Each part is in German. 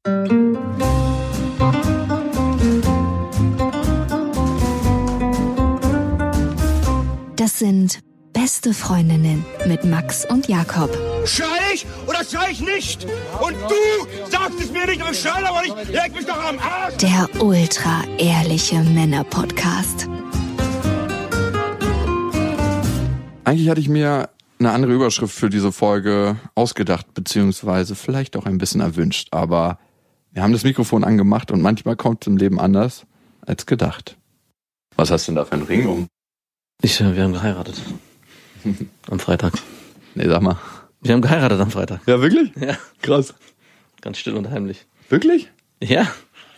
Das sind Beste Freundinnen mit Max und Jakob. Schrei ich oder schrei ich nicht? Und du sagst es mir nicht, aber ich schrei aber nicht. Leg mich doch am Arsch. Der ultra-ehrliche Männer-Podcast. Eigentlich hatte ich mir eine andere Überschrift für diese Folge ausgedacht, beziehungsweise vielleicht auch ein bisschen erwünscht. Aber wir haben das Mikrofon angemacht und manchmal kommt es im Leben anders als gedacht. Was hast du denn da für einen Ring um? Wir haben geheiratet. Am Freitag. Nee, sag mal. Wir haben geheiratet am Freitag. Ja, wirklich? Ja. Krass. Ganz still und heimlich. Wirklich? Ja.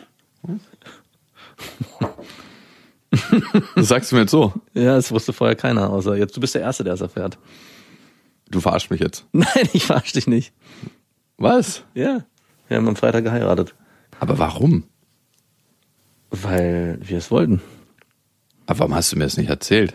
Das sagst du mir jetzt so? Ja, das wusste vorher keiner, außer jetzt. Du bist der Erste, der es erfährt. Du verarschst mich jetzt. Nein, ich verarsch dich nicht. Was? Ja. Wir haben am Freitag geheiratet. Aber warum? Weil wir es wollten. Aber warum hast du mir das nicht erzählt?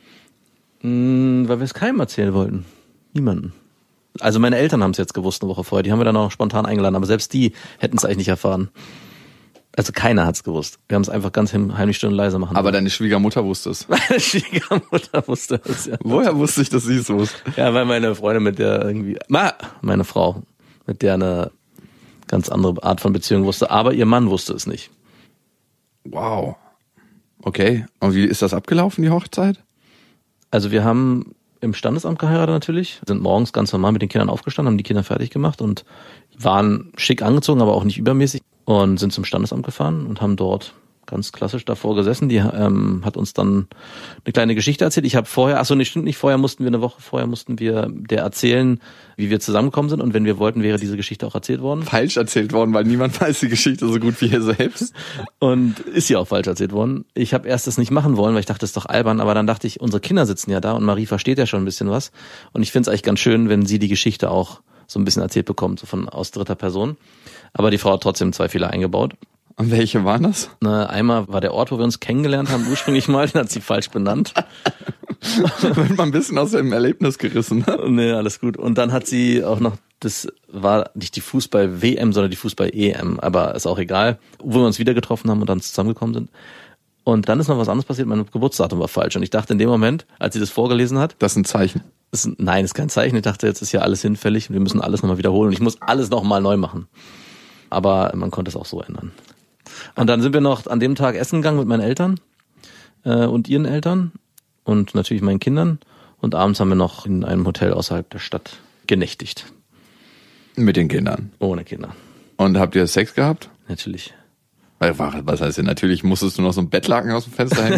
Weil wir es keinem erzählen wollten. Niemanden. Also meine Eltern haben es jetzt gewusst eine Woche vorher. Die haben wir dann auch spontan eingeladen. Aber selbst die hätten es eigentlich nicht erfahren. Also keiner hat es gewusst. Wir haben es einfach ganz heimlich still und leise machen. Aber deine Schwiegermutter wusste es. Meine Schwiegermutter wusste es, ja. Woher wusste ich, dass sie es wusste? Ja, weil meine Freundin mit der irgendwie... Meine Frau, mit der eine ganz andere Art von Beziehung wusste. Aber ihr Mann wusste es nicht. Wow. Okay. Und wie ist das abgelaufen, die Hochzeit? Also wir haben im Standesamt geheiratet natürlich, sind morgens ganz normal mit den Kindern aufgestanden, haben die Kinder fertig gemacht und waren schick angezogen, aber auch nicht übermäßig und sind zum Standesamt gefahren und haben dort ganz klassisch davor gesessen. Die hat uns dann eine kleine Geschichte erzählt. Ich habe vorher, stimmt nicht, eine Woche vorher mussten wir der erzählen, wie wir zusammengekommen sind und wenn wir wollten, wäre diese Geschichte auch erzählt worden. Falsch erzählt worden, weil niemand weiß die Geschichte so gut wie ihr selbst. Und ist ja auch falsch erzählt worden. Ich habe erst das nicht machen wollen, weil ich dachte, das ist doch albern, aber dann dachte ich, unsere Kinder sitzen ja da und Marie versteht ja schon ein bisschen was und ich finde es eigentlich ganz schön, wenn sie die Geschichte auch so ein bisschen erzählt bekommt, so aus dritter Person. Aber die Frau hat trotzdem 2 Fehler eingebaut. Und welche waren das? Einmal war der Ort, wo wir uns kennengelernt haben, ursprünglich mal, den hat sie falsch benannt. Da wird man ein bisschen aus dem Erlebnis gerissen. Ne? Nee, alles gut. Und dann hat sie auch noch, das war nicht die Fußball-WM, sondern die Fußball-EM, aber ist auch egal, wo wir uns wieder getroffen haben und dann zusammengekommen sind. Und dann ist noch was anderes passiert, mein Geburtsdatum war falsch. Und ich dachte in dem Moment, als sie das vorgelesen hat... Das ist ein Zeichen. Nein, das ist kein Zeichen. Ich dachte, jetzt ist ja alles hinfällig und wir müssen alles nochmal wiederholen. Und ich muss alles nochmal neu machen. Aber man konnte es auch so ändern. Und dann sind wir noch an dem Tag essen gegangen mit meinen Eltern und ihren Eltern und natürlich meinen Kindern. Und abends haben wir noch in einem Hotel außerhalb der Stadt genächtigt. Mit den Kindern? Ohne Kinder. Und habt ihr Sex gehabt? Natürlich. Was heißt denn natürlich? Musstest du noch so ein Bettlaken aus dem Fenster hängen?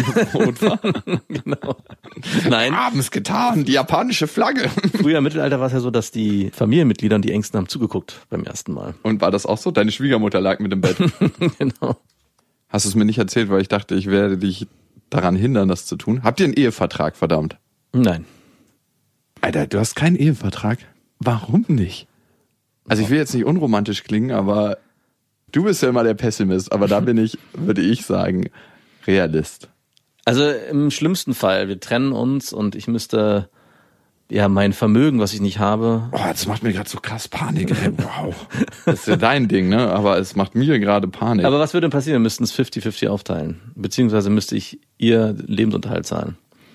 Genau. Nein. Wir haben es getan, die japanische Flagge. Früher im Mittelalter war es ja so, dass die Familienmitglieder und die Ängsten haben zugeguckt beim ersten Mal. Und war das auch so? Deine Schwiegermutter lag mit im Bett. Genau. Hast du es mir nicht erzählt, weil ich dachte, ich werde dich daran hindern, das zu tun? Habt ihr einen Ehevertrag, verdammt? Nein. Alter, du hast keinen Ehevertrag? Warum nicht? Also ich will jetzt nicht unromantisch klingen, aber du bist ja immer der Pessimist, aber da bin ich, würde ich sagen, Realist. Also im schlimmsten Fall, wir trennen uns und ich müsste ja mein Vermögen, was ich nicht habe. Oh, das macht mir gerade so krass Panik, ey. Wow. Das ist ja dein Ding, ne? Aber es macht mir gerade Panik. Aber was würde denn passieren? Wir müssten es 50-50 aufteilen. Beziehungsweise müsste ich ihr Lebensunterhalt zahlen.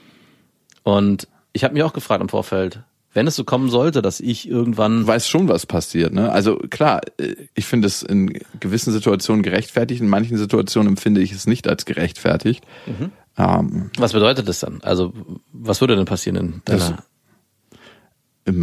Und ich habe mich auch gefragt im Vorfeld, wenn es so kommen sollte, dass ich irgendwann... Du weißt schon, was passiert, ne? Also klar, ich finde es in gewissen Situationen gerechtfertigt, in manchen Situationen empfinde ich es nicht als gerechtfertigt. Mhm. Was bedeutet das dann? Also was würde denn passieren in deiner... In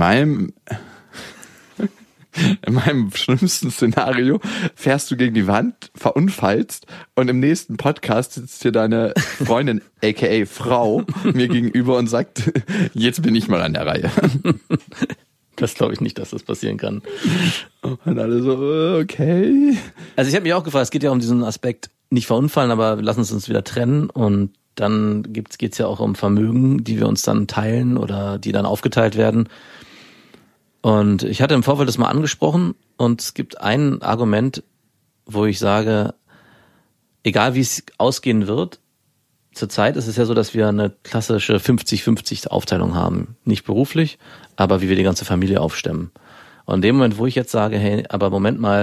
meinem schlimmsten Szenario fährst du gegen die Wand, verunfallst und im nächsten Podcast sitzt hier deine Freundin, aka Frau, mir gegenüber und sagt, jetzt bin ich mal an der Reihe. Das glaube ich nicht, dass das passieren kann. Und alle so, okay. Also ich habe mich auch gefragt, es geht ja um diesen Aspekt, nicht verunfallen, aber lassen uns wieder trennen und dann geht's ja auch um Vermögen, die wir uns dann teilen oder die dann aufgeteilt werden. Und ich hatte im Vorfeld das mal angesprochen und es gibt ein Argument, wo ich sage, egal wie es ausgehen wird, zurzeit ist es ja so, dass wir eine klassische 50-50 Aufteilung haben. Nicht beruflich, aber wie wir die ganze Familie aufstemmen. Und in dem Moment, wo ich jetzt sage, hey, aber Moment mal,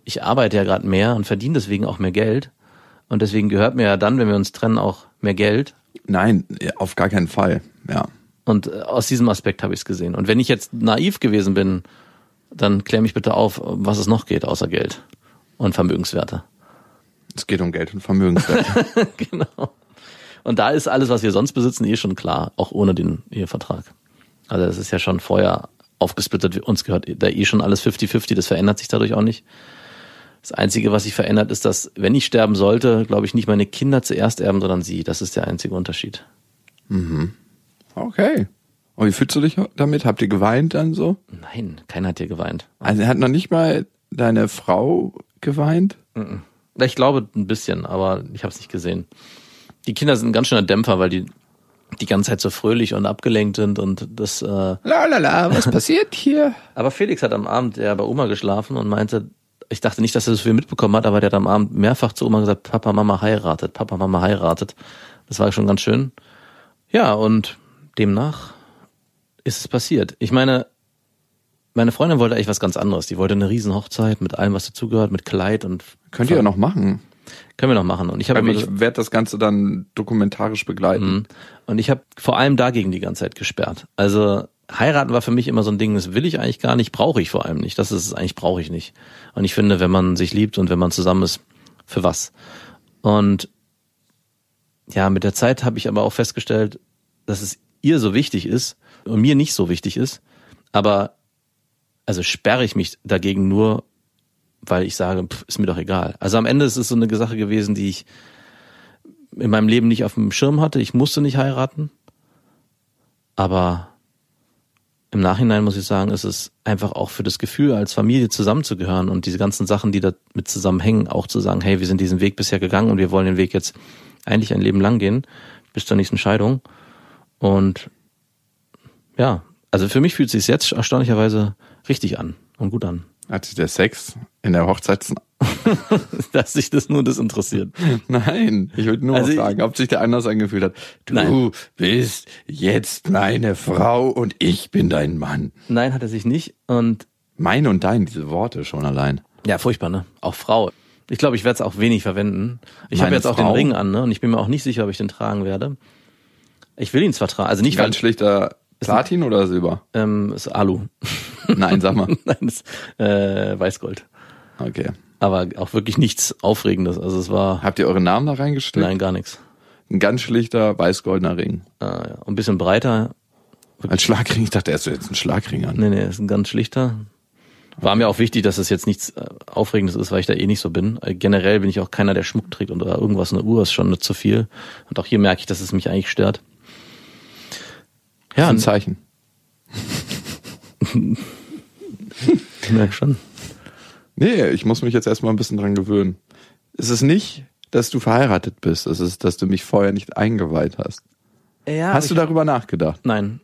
ich arbeite ja gerade mehr und verdiene deswegen auch mehr Geld. Und deswegen gehört mir ja dann, wenn wir uns trennen, auch mehr Geld. Nein, auf gar keinen Fall, ja. Und aus diesem Aspekt habe ich es gesehen. Und wenn ich jetzt naiv gewesen bin, dann klär mich bitte auf, was es noch geht außer Geld und Vermögenswerte. Es geht um Geld und Vermögenswerte. Genau. Und da ist alles, was wir sonst besitzen, eh schon klar, auch ohne den Ehevertrag. Also das ist ja schon vorher aufgesplittet, uns gehört da eh schon alles 50-50, das verändert sich dadurch auch nicht. Das Einzige, was sich verändert, ist, dass, wenn ich sterben sollte, glaube ich, nicht meine Kinder zuerst erben, sondern sie. Das ist der einzige Unterschied. Mhm. Okay. Und wie fühlst du dich damit? Habt ihr geweint dann so? Nein, keiner hat hier geweint. Also hat noch nicht mal deine Frau geweint? Ich glaube ein bisschen, aber ich habe es nicht gesehen. Die Kinder sind ein ganz schöner Dämpfer, weil die ganze Zeit so fröhlich und abgelenkt sind und das... was passiert hier? Aber Felix hat am Abend ja bei Oma geschlafen und meinte, ich dachte nicht, dass er so viel mitbekommen hat, aber der hat am Abend mehrfach zu Oma gesagt, Papa, Mama heiratet, Papa, Mama heiratet. Das war schon ganz schön. Ja, und demnach ist es passiert. Ich meine Freundin wollte eigentlich was ganz anderes. Die wollte eine Riesenhochzeit mit allem, was dazugehört, mit Kleid und... Könnt ihr ja noch machen. Können wir noch machen. Und ich werde das Ganze dann dokumentarisch begleiten. Und ich habe vor allem dagegen die ganze Zeit gesperrt. Also heiraten war für mich immer so ein Ding, das will ich eigentlich gar nicht, brauche ich vor allem nicht. Das ist es eigentlich, brauche ich nicht. Und ich finde, wenn man sich liebt und wenn man zusammen ist, für was? Und ja, mit der Zeit habe ich aber auch festgestellt, dass es ihr so wichtig ist und mir nicht so wichtig ist. Aber also sperre ich mich dagegen nur, weil ich sage, ist mir doch egal. Also am Ende ist es so eine Sache gewesen, die ich in meinem Leben nicht auf dem Schirm hatte. Ich musste nicht heiraten. Aber im Nachhinein muss ich sagen, ist es einfach auch für das Gefühl, als Familie zusammenzugehören und diese ganzen Sachen, die damit zusammenhängen, auch zu sagen, hey, wir sind diesen Weg bisher gegangen und wir wollen den Weg jetzt eigentlich ein Leben lang gehen, bis zur nächsten Scheidung. Und ja, also für mich fühlt es sich jetzt erstaunlicherweise richtig an und gut an. Hat sich der Sex in der Hochzeit... Dass sich das interessiert. Nein, ich würde nur fragen, ob sich der anders angefühlt hat. Du bist jetzt meine Frau und ich bin dein Mann. Nein, hat er sich nicht. Und mein und dein, diese Worte schon allein. Ja, furchtbar, ne? Auch Frau. Ich glaube, ich werde es auch wenig verwenden. Ich habe jetzt auch den Ring an, ne? Und ich bin mir auch nicht sicher, ob ich den tragen werde. Ich will ihn zwar tragen, also nicht... Ganz schlichter Platin oder Silber? Ist Alu. Nein, sag mal. Nein, ist Weißgold. Okay. Aber auch wirklich nichts Aufregendes. Also es war... Habt ihr eure Namen da reingesteckt? Nein, gar nichts. Ein ganz schlichter weißgoldener Ring. Ja. Ein bisschen breiter. Ein Schlagring? Ich dachte, er ist jetzt ein Schlagring an. Nee, ist ein ganz schlichter. War mir auch wichtig, dass es jetzt nichts Aufregendes ist, weil ich da eh nicht so bin. Generell bin ich auch keiner, der Schmuck trägt oder irgendwas. Eine Uhr ist schon nicht zu viel. Und auch hier merke ich, dass es mich eigentlich stört. Ja, ein Zeichen. Ich merke schon. Nee, ich muss mich jetzt erstmal ein bisschen dran gewöhnen. Es ist nicht, dass du verheiratet bist. Es ist, dass du mich vorher nicht eingeweiht hast. Ja, hast du darüber nachgedacht? Nein.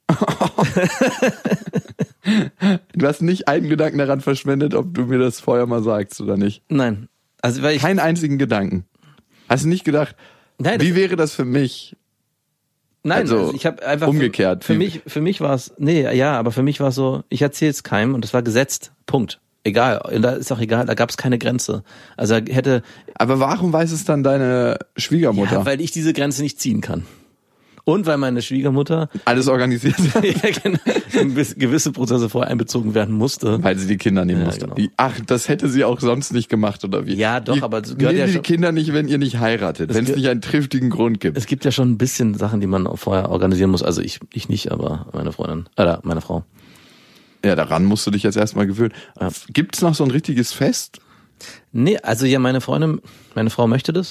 Du hast nicht einen Gedanken daran verschwendet, ob du mir das vorher mal sagst oder nicht? Nein. Also, weil keinen einzigen Gedanken. Hast du nicht gedacht, nein, wie wäre das für mich? Nein, also ich habe einfach umgekehrt. Für mich war es, aber für mich war es so, ich erzähle es keinem und es war gesetzt. Punkt. Egal, da ist auch egal, da gab es keine Grenze. Also hätte. Aber warum weiß es dann deine Schwiegermutter? Ja, weil ich diese Grenze nicht ziehen kann. Und weil meine Schwiegermutter alles organisiert hat. Ja, genau, gewisse Prozesse vorher einbezogen werden musste. Weil sie die Kinder nehmen musste. Genau. Ach, das hätte sie auch sonst nicht gemacht, oder wie? Ja, doch, aber es gehört ja schon, die Kinder nicht, wenn ihr nicht heiratet, wenn es nicht einen triftigen Grund gibt. Es gibt ja schon ein bisschen Sachen, die man vorher organisieren muss. Also ich nicht, aber meine Freundin, oder meine Frau. Ja, daran musst du dich jetzt erstmal gewöhnen. Ja. Gibt's noch so ein richtiges Fest? Nee, also ja, meine Frau möchte das.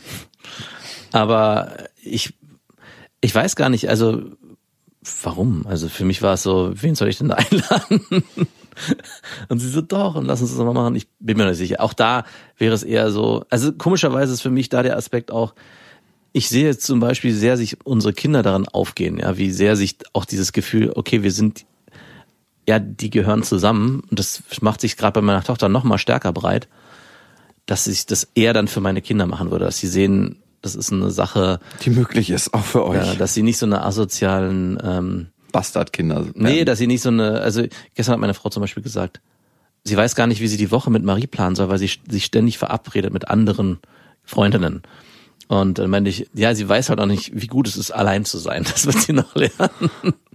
Aber ich weiß gar nicht, also warum? Also für mich war es so, wen soll ich denn da einladen? Und sie so, doch, und lass uns das mal machen. Ich bin mir nicht sicher. Auch da wäre es eher so, also komischerweise ist für mich da der Aspekt auch, ich sehe jetzt zum Beispiel, wie sehr sich unsere Kinder daran aufgehen, ja, wie sehr sich auch dieses Gefühl, okay, wir sind, ja, die gehören zusammen, und das macht sich gerade bei meiner Tochter noch mal stärker breit, dass ich das eher dann für meine Kinder machen würde, dass sie sehen, das ist eine Sache, die möglich ist, auch für euch. Ja, dass sie nicht so eine asozialen Bastardkinder. Nee, dass sie nicht so eine, also gestern hat meine Frau zum Beispiel gesagt, sie weiß gar nicht, wie sie die Woche mit Marie planen soll, weil sie sich ständig verabredet mit anderen Freundinnen. Und dann meinte ich, ja, sie weiß halt auch nicht, wie gut es ist, allein zu sein. Das wird sie noch lernen.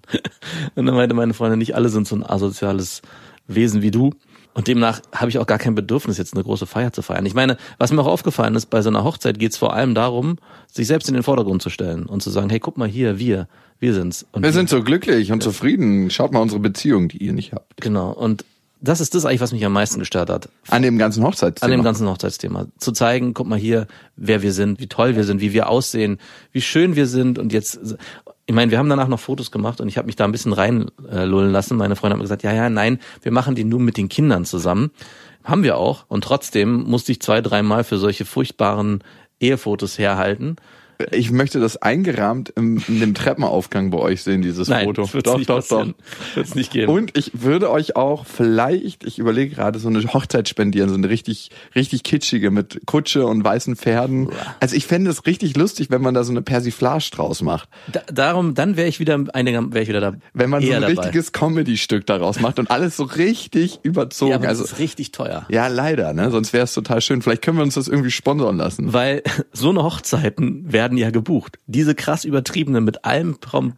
Und dann meinte meine Freundin, nicht alle sind so ein asoziales Wesen wie du. Und demnach habe ich auch gar kein Bedürfnis, jetzt eine große Feier zu feiern. Ich meine, was mir auch aufgefallen ist, bei so einer Hochzeit geht es vor allem darum, sich selbst in den Vordergrund zu stellen und zu sagen, hey, guck mal hier, wir sind's. Und wir sind so glücklich und zufrieden. Schaut mal unsere Beziehung, die ihr nicht habt. Genau. Und das ist das eigentlich, was mich am meisten gestört hat. An dem ganzen Hochzeitsthema. An dem ganzen Hochzeitsthema. Zu zeigen, guck mal hier, wer wir sind, wie toll wir sind, wie wir aussehen, wie schön wir sind. Und jetzt, ich meine, wir haben danach noch Fotos gemacht und ich habe mich da ein bisschen reinlullen lassen. Meine Freundin hat mir gesagt, nein, wir machen die nur mit den Kindern zusammen. Haben wir auch. Und trotzdem musste ich 2-3 Mal für solche furchtbaren Ehefotos herhalten. Ich möchte das eingerahmt in dem Treppenaufgang bei euch sehen, dieses Foto. Doch. Wird's nicht geben. Und ich würde euch auch vielleicht, ich überlege gerade, so eine Hochzeit spendieren, so eine richtig, richtig kitschige mit Kutsche und weißen Pferden. Also ich fände es richtig lustig, wenn man da so eine Persiflage draus macht. Dann wäre ich wieder da. Wenn man so ein dabei. richtiges Comedy-Stück daraus macht und alles so richtig überzogen. Ja, aber also das ist richtig teuer. Ja, leider, ne? Sonst wäre es total schön. Vielleicht können wir uns das irgendwie sponsern lassen. Weil so eine Hochzeiten werden ja gebucht. Diese krass übertriebenen mit allem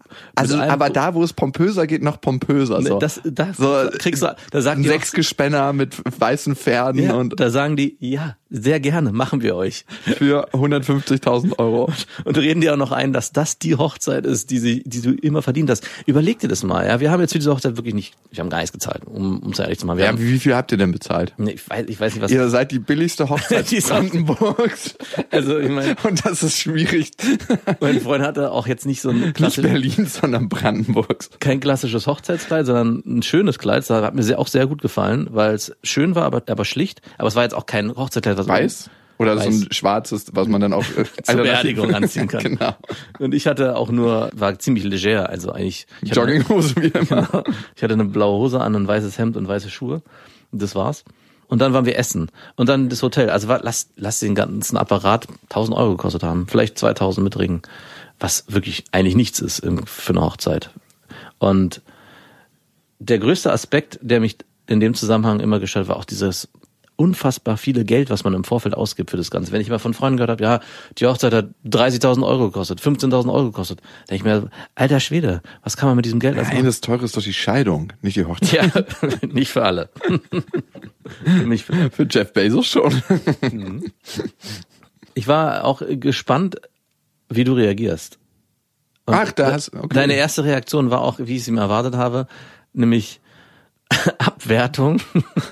aber da, wo es pompöser geht, noch pompöser. So. Kriegst du, da sagen ein die Sechsgespänner mit weißen Pferden und da sagen die, ja, sehr gerne, machen wir euch. Für 150.000 Euro. Und reden dir auch noch ein, dass das die Hochzeit ist, die du immer verdient hast. Überleg dir das mal, ja. Wir haben jetzt für diese Hochzeit wirklich nicht, wir haben gar nichts gezahlt, um es ehrlich zu machen. Wie viel habt ihr denn bezahlt? Nee, ich weiß nicht, was. Ihr seid die billigste Hochzeit Brandenburgs. Also, ich meine. Und das ist schwierig. Mein Freund hatte auch jetzt nicht so ein klassisches... Nicht Berlin, sondern Brandenburgs. Kein klassisches Hochzeitskleid, sondern ein schönes Kleid. Das hat mir auch sehr gut gefallen, weil es schön war, aber schlicht. Aber es war jetzt auch kein Hochzeitskleid. Weiß? Oder weiß. So ein schwarzes, was man dann auch zur Beerdigung anziehen kann. Genau. Und ich hatte auch war ziemlich leger, also eigentlich... Jogginghose wie immer. Genau, ich hatte eine blaue Hose an, ein weißes Hemd und weiße Schuhe. Und das war's. Und dann waren wir essen. Und dann das Hotel. Also lass den ganzen Apparat 1.000 Euro gekostet haben. Vielleicht 2.000 mit Ring. Was wirklich eigentlich nichts ist für eine Hochzeit. Und der größte Aspekt, der mich in dem Zusammenhang immer gestört war, auch dieses unfassbar viele Geld, was man im Vorfeld ausgibt für das Ganze. Wenn ich mal von Freunden gehört habe, ja, die Hochzeit hat 30.000 Euro gekostet, 15.000 Euro gekostet, denke ich mir, alter Schwede, was kann man mit diesem Geld machen? Nein, das Teure ist doch die Scheidung, nicht die Hochzeit. Ja, nicht für alle. Für Jeff Bezos schon. Ich war auch gespannt, wie du reagierst. Und okay. Deine erste Reaktion war auch, wie ich es ihm erwartet habe, nämlich Abwertung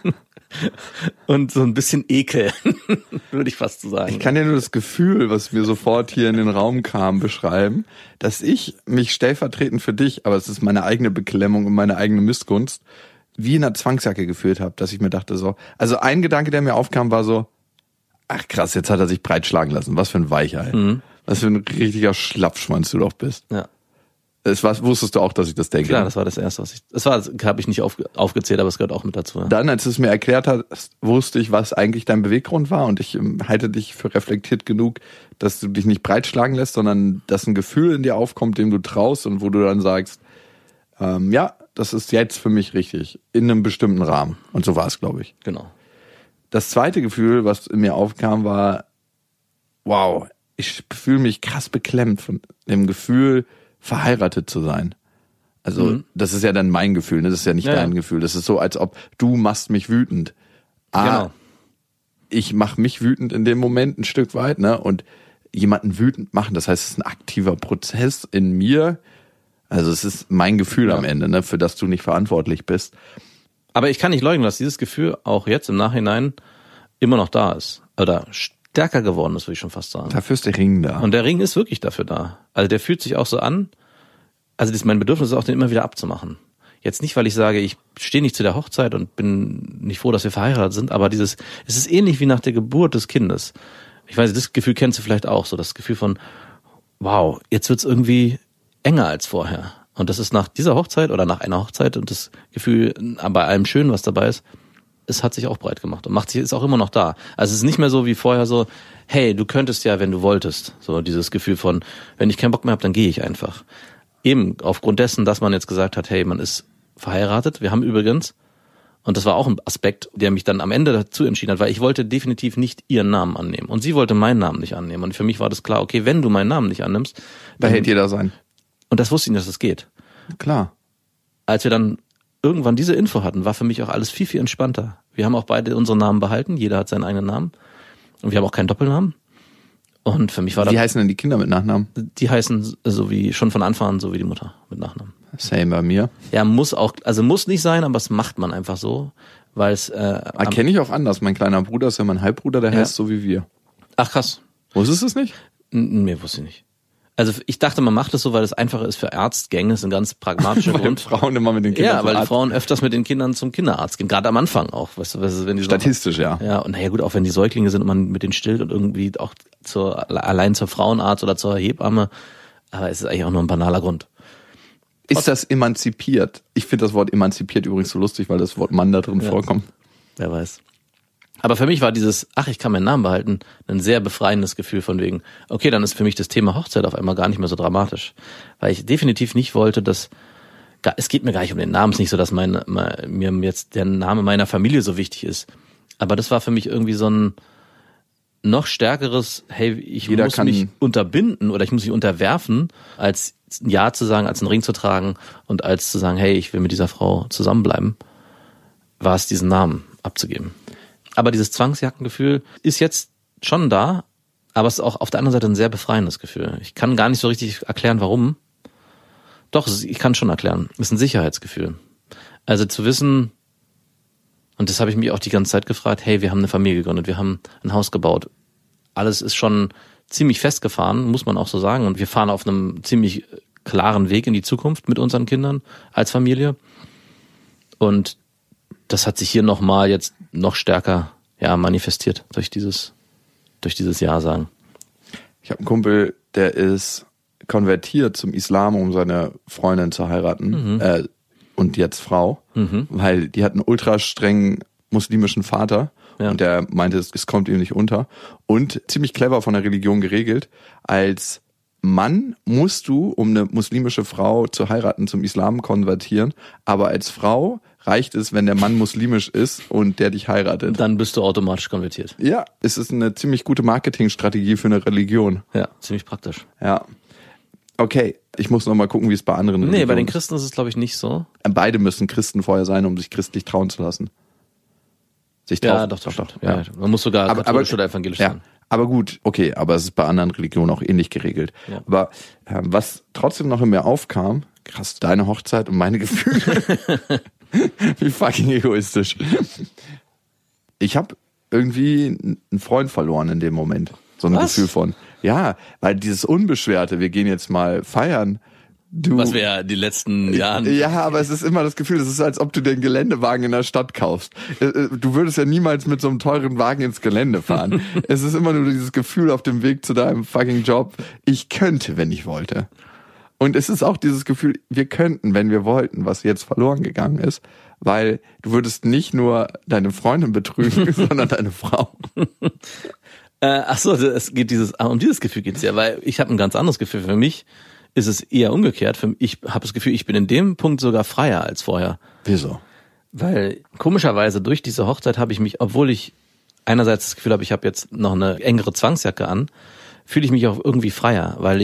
und so ein bisschen Ekel, würde ich fast so sagen. Ich kann ja nur das Gefühl, was mir sofort hier in den Raum kam, beschreiben, dass ich mich stellvertretend für dich, aber es ist meine eigene Beklemmung und meine eigene Missgunst, wie in einer Zwangsjacke gefühlt habe, dass ich mir dachte so, also ein Gedanke, der mir aufkam, war so, ach krass, jetzt hat er sich breitschlagen lassen, was für ein Weichei. Mhm. Was für ein richtiger Schlappschwanz du doch bist. Ja. Wusstest du auch, dass ich das denke? Klar, das war das Erste, habe ich nicht aufgezählt, aber es gehört auch mit dazu. Ja. Dann, als du es mir erklärt hast, wusste ich, was eigentlich dein Beweggrund war und ich halte dich für reflektiert genug, dass du dich nicht breitschlagen lässt, sondern dass ein Gefühl in dir aufkommt, dem du traust und wo du dann sagst, ja, das ist jetzt für mich richtig, in einem bestimmten Rahmen. Und so war es, glaube ich. Genau. Das zweite Gefühl, was in mir aufkam, war, wow, ich fühle mich krass beklemmt von dem Gefühl, verheiratet zu sein. Also das ist ja dann mein Gefühl, ne? Das ist ja nicht dein Gefühl. Das ist so, als ob du machst mich wütend. Genau. Ich mache mich wütend in dem Moment ein Stück weit, ne? Und jemanden wütend machen, das heißt, es ist ein aktiver Prozess in mir. Also es ist mein Gefühl am Ende, ne? Für das du nicht verantwortlich bist. Aber ich kann nicht leugnen, dass dieses Gefühl auch jetzt im Nachhinein immer noch da ist. Oder stärker geworden ist, würde ich schon fast sagen. Dafür ist der Ring da. Und der Ring ist wirklich dafür da. Also der fühlt sich auch so an. Also das ist mein Bedürfnis, auch den immer wieder abzumachen. Jetzt nicht, weil ich sage, ich stehe nicht zu der Hochzeit und bin nicht froh, dass wir verheiratet sind, aber es ist ähnlich wie nach der Geburt des Kindes. Ich weiß, das Gefühl kennst du vielleicht auch, so das Gefühl von, wow, jetzt wird's irgendwie enger als vorher. Und das ist nach dieser Hochzeit oder nach einer Hochzeit und das Gefühl, bei allem Schönen, was dabei ist, es hat sich auch breit gemacht und ist auch immer noch da. Also es ist nicht mehr so wie vorher so, hey, du könntest ja, wenn du wolltest. So dieses Gefühl von, wenn ich keinen Bock mehr habe, dann gehe ich einfach. Eben aufgrund dessen, dass man jetzt gesagt hat, hey, man ist verheiratet. Wir haben übrigens, Und das war auch ein Aspekt, der mich dann am Ende dazu entschieden hat, weil ich wollte definitiv nicht ihren Namen annehmen. Und sie wollte meinen Namen nicht annehmen. Und für mich war das klar, okay, wenn du meinen Namen nicht annimmst, Behält jeder sein. Und das wusste ich nicht, dass das geht. Klar. Als wir dann irgendwann diese Info hatten, war für mich auch alles viel, viel entspannter. Wir haben auch beide unsere Namen behalten. Jeder hat seinen eigenen Namen. Und wir haben auch keinen Doppelnamen. Und für mich war das... Wie heißen denn die Kinder mit Nachnamen? Die heißen so wie, schon von Anfang an so wie die Mutter mit Nachnamen. Same bei mir. Ja, muss nicht sein, aber es macht man einfach so, weil es... Kenne ich auch anders. Mein kleiner Bruder ist ja mein Halbbruder, der heißt so wie wir. Ach krass. Wusstest du es nicht? Nee, wusste ich nicht. Also ich dachte, man macht es so, weil es einfacher ist für Arztgänge, das ist ein ganz pragmatischer Weil Grund. Frauen immer mit den Kindern Ja, weil die Frauen öfters mit den Kindern zum Kinderarzt gehen, gerade am Anfang auch. Weißt du, wenn die Statistisch, ja. Ja, und naja gut, auch wenn die Säuglinge sind und man mit denen stillt und irgendwie auch allein zur Frauenarzt oder zur Hebamme, aber es ist eigentlich auch nur ein banaler Grund. Ist das emanzipiert? Ich finde das Wort emanzipiert übrigens so lustig, weil das Wort Mann da drin vorkommt. Wer weiß. Aber für mich war dieses, ich kann meinen Namen behalten, ein sehr befreiendes Gefühl von wegen, okay, dann ist für mich das Thema Hochzeit auf einmal gar nicht mehr so dramatisch. Weil ich definitiv nicht wollte, es geht mir gar nicht um den Namen, es ist nicht so, dass mir jetzt der Name meiner Familie so wichtig ist. Aber das war für mich irgendwie so ein noch stärkeres, hey, ich muss mich unterbinden oder ich muss mich unterwerfen, als ein Ja zu sagen, als einen Ring zu tragen und als zu sagen, hey, ich will mit dieser Frau zusammenbleiben, war es diesen Namen abzugeben. Aber dieses Zwangsjackengefühl ist jetzt schon da, aber es ist auch auf der anderen Seite ein sehr befreiendes Gefühl. Ich kann gar nicht so richtig erklären, warum. Doch, ich kann schon erklären. Es ist ein Sicherheitsgefühl. Also zu wissen, und das habe ich mich auch die ganze Zeit gefragt, hey, wir haben eine Familie gegründet, wir haben ein Haus gebaut. Alles ist schon ziemlich festgefahren, muss man auch so sagen. Und wir fahren auf einem ziemlich klaren Weg in die Zukunft mit unseren Kindern als Familie. Und das hat sich hier nochmal jetzt noch stärker manifestiert durch dieses Ja sagen. Ich habe einen Kumpel, der ist konvertiert zum Islam, um seine Freundin zu heiraten und jetzt Frau, weil die hat einen ultra strengen muslimischen Vater und der meinte, es kommt ihm nicht unter und ziemlich clever von der Religion geregelt. Als Mann musst du, um eine muslimische Frau zu heiraten, zum Islam konvertieren, aber als Frau reicht es, wenn der Mann muslimisch ist und der dich heiratet. Dann bist du automatisch konvertiert. Ja, es ist eine ziemlich gute Marketingstrategie für eine Religion. Ja, ziemlich praktisch. Ja. Okay, ich muss noch mal gucken, wie es bei anderen Religionen ist. Nee, bei den Christen ist es, glaube ich, nicht so. Beide müssen Christen vorher sein, um sich christlich trauen zu lassen. Ja, doch. Ja. Man muss sogar katholisch oder evangelisch sein. Aber gut, okay, aber es ist bei anderen Religionen auch ähnlich geregelt. Ja. Aber was trotzdem noch in mir aufkam, krass, deine Hochzeit und meine Gefühle. Wie fucking egoistisch. Ich habe irgendwie einen Freund verloren in dem Moment. So ein Gefühl von, ja, weil dieses Unbeschwerte, wir gehen jetzt mal feiern. Was wir ja die letzten Jahren... Ja, aber es ist immer das Gefühl, es ist, als ob du den Geländewagen in der Stadt kaufst. Du würdest ja niemals mit so einem teuren Wagen ins Gelände fahren. Es ist immer nur dieses Gefühl auf dem Weg zu deinem fucking Job, ich könnte, wenn ich wollte. Und es ist auch dieses Gefühl, wir könnten, wenn wir wollten, was jetzt verloren gegangen ist, weil du würdest nicht nur deine Freundin betrügen, sondern deine Frau. Ach so, um dieses Gefühl geht's ja, weil ich habe ein ganz anderes Gefühl. Für mich ist es eher umgekehrt. Ich habe das Gefühl, ich bin in dem Punkt sogar freier als vorher. Wieso? Weil komischerweise durch diese Hochzeit habe ich mich, obwohl ich einerseits das Gefühl habe, ich habe jetzt noch eine engere Zwangsjacke an, fühle ich mich auch irgendwie freier, weil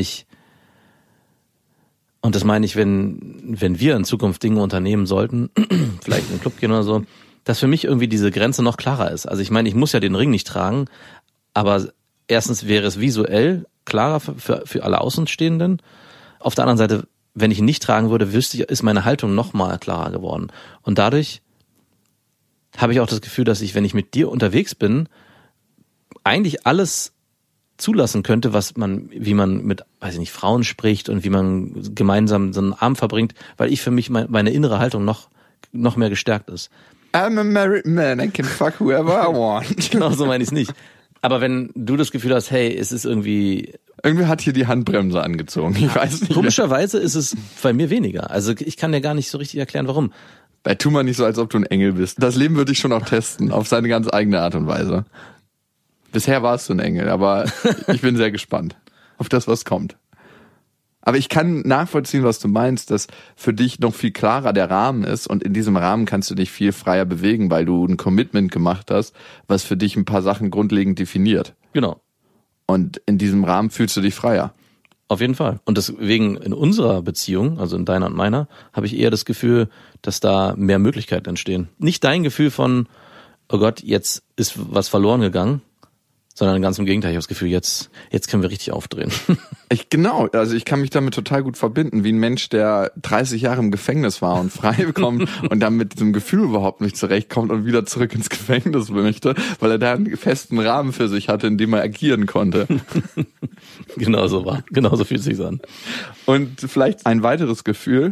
und das meine ich, wenn wir in Zukunft Dinge unternehmen sollten, vielleicht in den Club gehen oder so, dass für mich irgendwie diese Grenze noch klarer ist. Also ich meine, ich muss ja den Ring nicht tragen, aber erstens wäre es visuell klarer für alle Außenstehenden. Auf der anderen Seite, wenn ich ihn nicht tragen würde, ist meine Haltung noch mal klarer geworden. Und dadurch habe ich auch das Gefühl, dass ich, wenn ich mit dir unterwegs bin, eigentlich alles zulassen könnte, wie man mit, weiß ich nicht, Frauen spricht und wie man gemeinsam so einen Abend verbringt, weil ich für mich meine innere Haltung noch mehr gestärkt ist. I'm a married man, I can fuck whoever I want. Genau, so meine ich es nicht. Aber wenn du das Gefühl hast, hey, es ist irgendwie hat hier die Handbremse angezogen, ich weiß nicht. Komischerweise ist es bei mir weniger. Also ich kann dir gar nicht so richtig erklären, warum. Tu mal nicht so, als ob du ein Engel bist. Das Leben würde ich schon auch testen, auf seine ganz eigene Art und Weise. Bisher warst du ein Engel, aber ich bin sehr gespannt auf das, was kommt. Aber ich kann nachvollziehen, was du meinst, dass für dich noch viel klarer der Rahmen ist und in diesem Rahmen kannst du dich viel freier bewegen, weil du ein Commitment gemacht hast, was für dich ein paar Sachen grundlegend definiert. Genau. Und in diesem Rahmen fühlst du dich freier. Auf jeden Fall. Und deswegen in unserer Beziehung, also in deiner und meiner, habe ich eher das Gefühl, dass da mehr Möglichkeiten entstehen. Nicht dein Gefühl von, oh Gott, jetzt ist was verloren gegangen, sondern ganz im Gegenteil. Ich habe das Gefühl, jetzt können wir richtig aufdrehen. Also ich kann mich damit total gut verbinden, wie ein Mensch, der 30 Jahre im Gefängnis war und frei kommt und dann mit diesem Gefühl überhaupt nicht zurechtkommt und wieder zurück ins Gefängnis möchte, weil er da einen festen Rahmen für sich hatte, in dem er agieren konnte. Genauso fühlt es sich an. Und vielleicht ein weiteres Gefühl,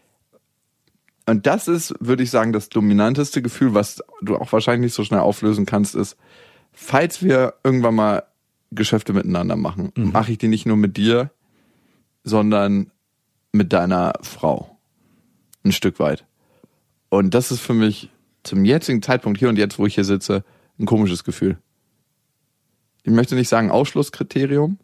und das ist, würde ich sagen, das dominanteste Gefühl, was du auch wahrscheinlich nicht so schnell auflösen kannst, ist, falls wir irgendwann mal Geschäfte miteinander machen, mache ich die nicht nur mit dir, sondern mit deiner Frau. Ein Stück weit. Und das ist für mich zum jetzigen Zeitpunkt hier und jetzt, wo ich hier sitze, ein komisches Gefühl. Ich möchte nicht sagen Ausschlusskriterium,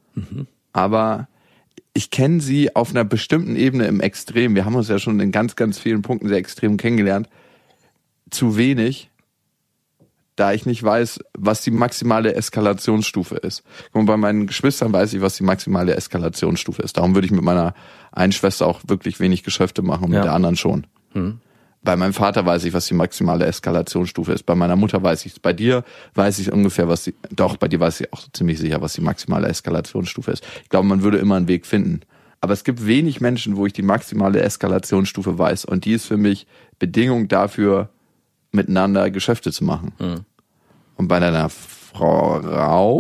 aber ich kenne sie auf einer bestimmten Ebene im Extrem. Wir haben uns ja schon in ganz, ganz vielen Punkten sehr extrem kennengelernt. Zu wenig, da ich nicht weiß, was die maximale Eskalationsstufe ist. Und bei meinen Geschwistern weiß ich, was die maximale Eskalationsstufe ist. Darum würde ich mit meiner einen Schwester auch wirklich wenig Geschäfte machen und mit der anderen schon. Bei meinem Vater weiß ich, was die maximale Eskalationsstufe ist. Bei meiner Mutter weiß ich es. Bei dir weiß ich ungefähr, bei dir weiß ich auch ziemlich sicher, was die maximale Eskalationsstufe ist. Ich glaube, man würde immer einen Weg finden. Aber es gibt wenig Menschen, wo ich die maximale Eskalationsstufe weiß. Und die ist für mich Bedingung dafür, miteinander Geschäfte zu machen. Und bei deiner Frau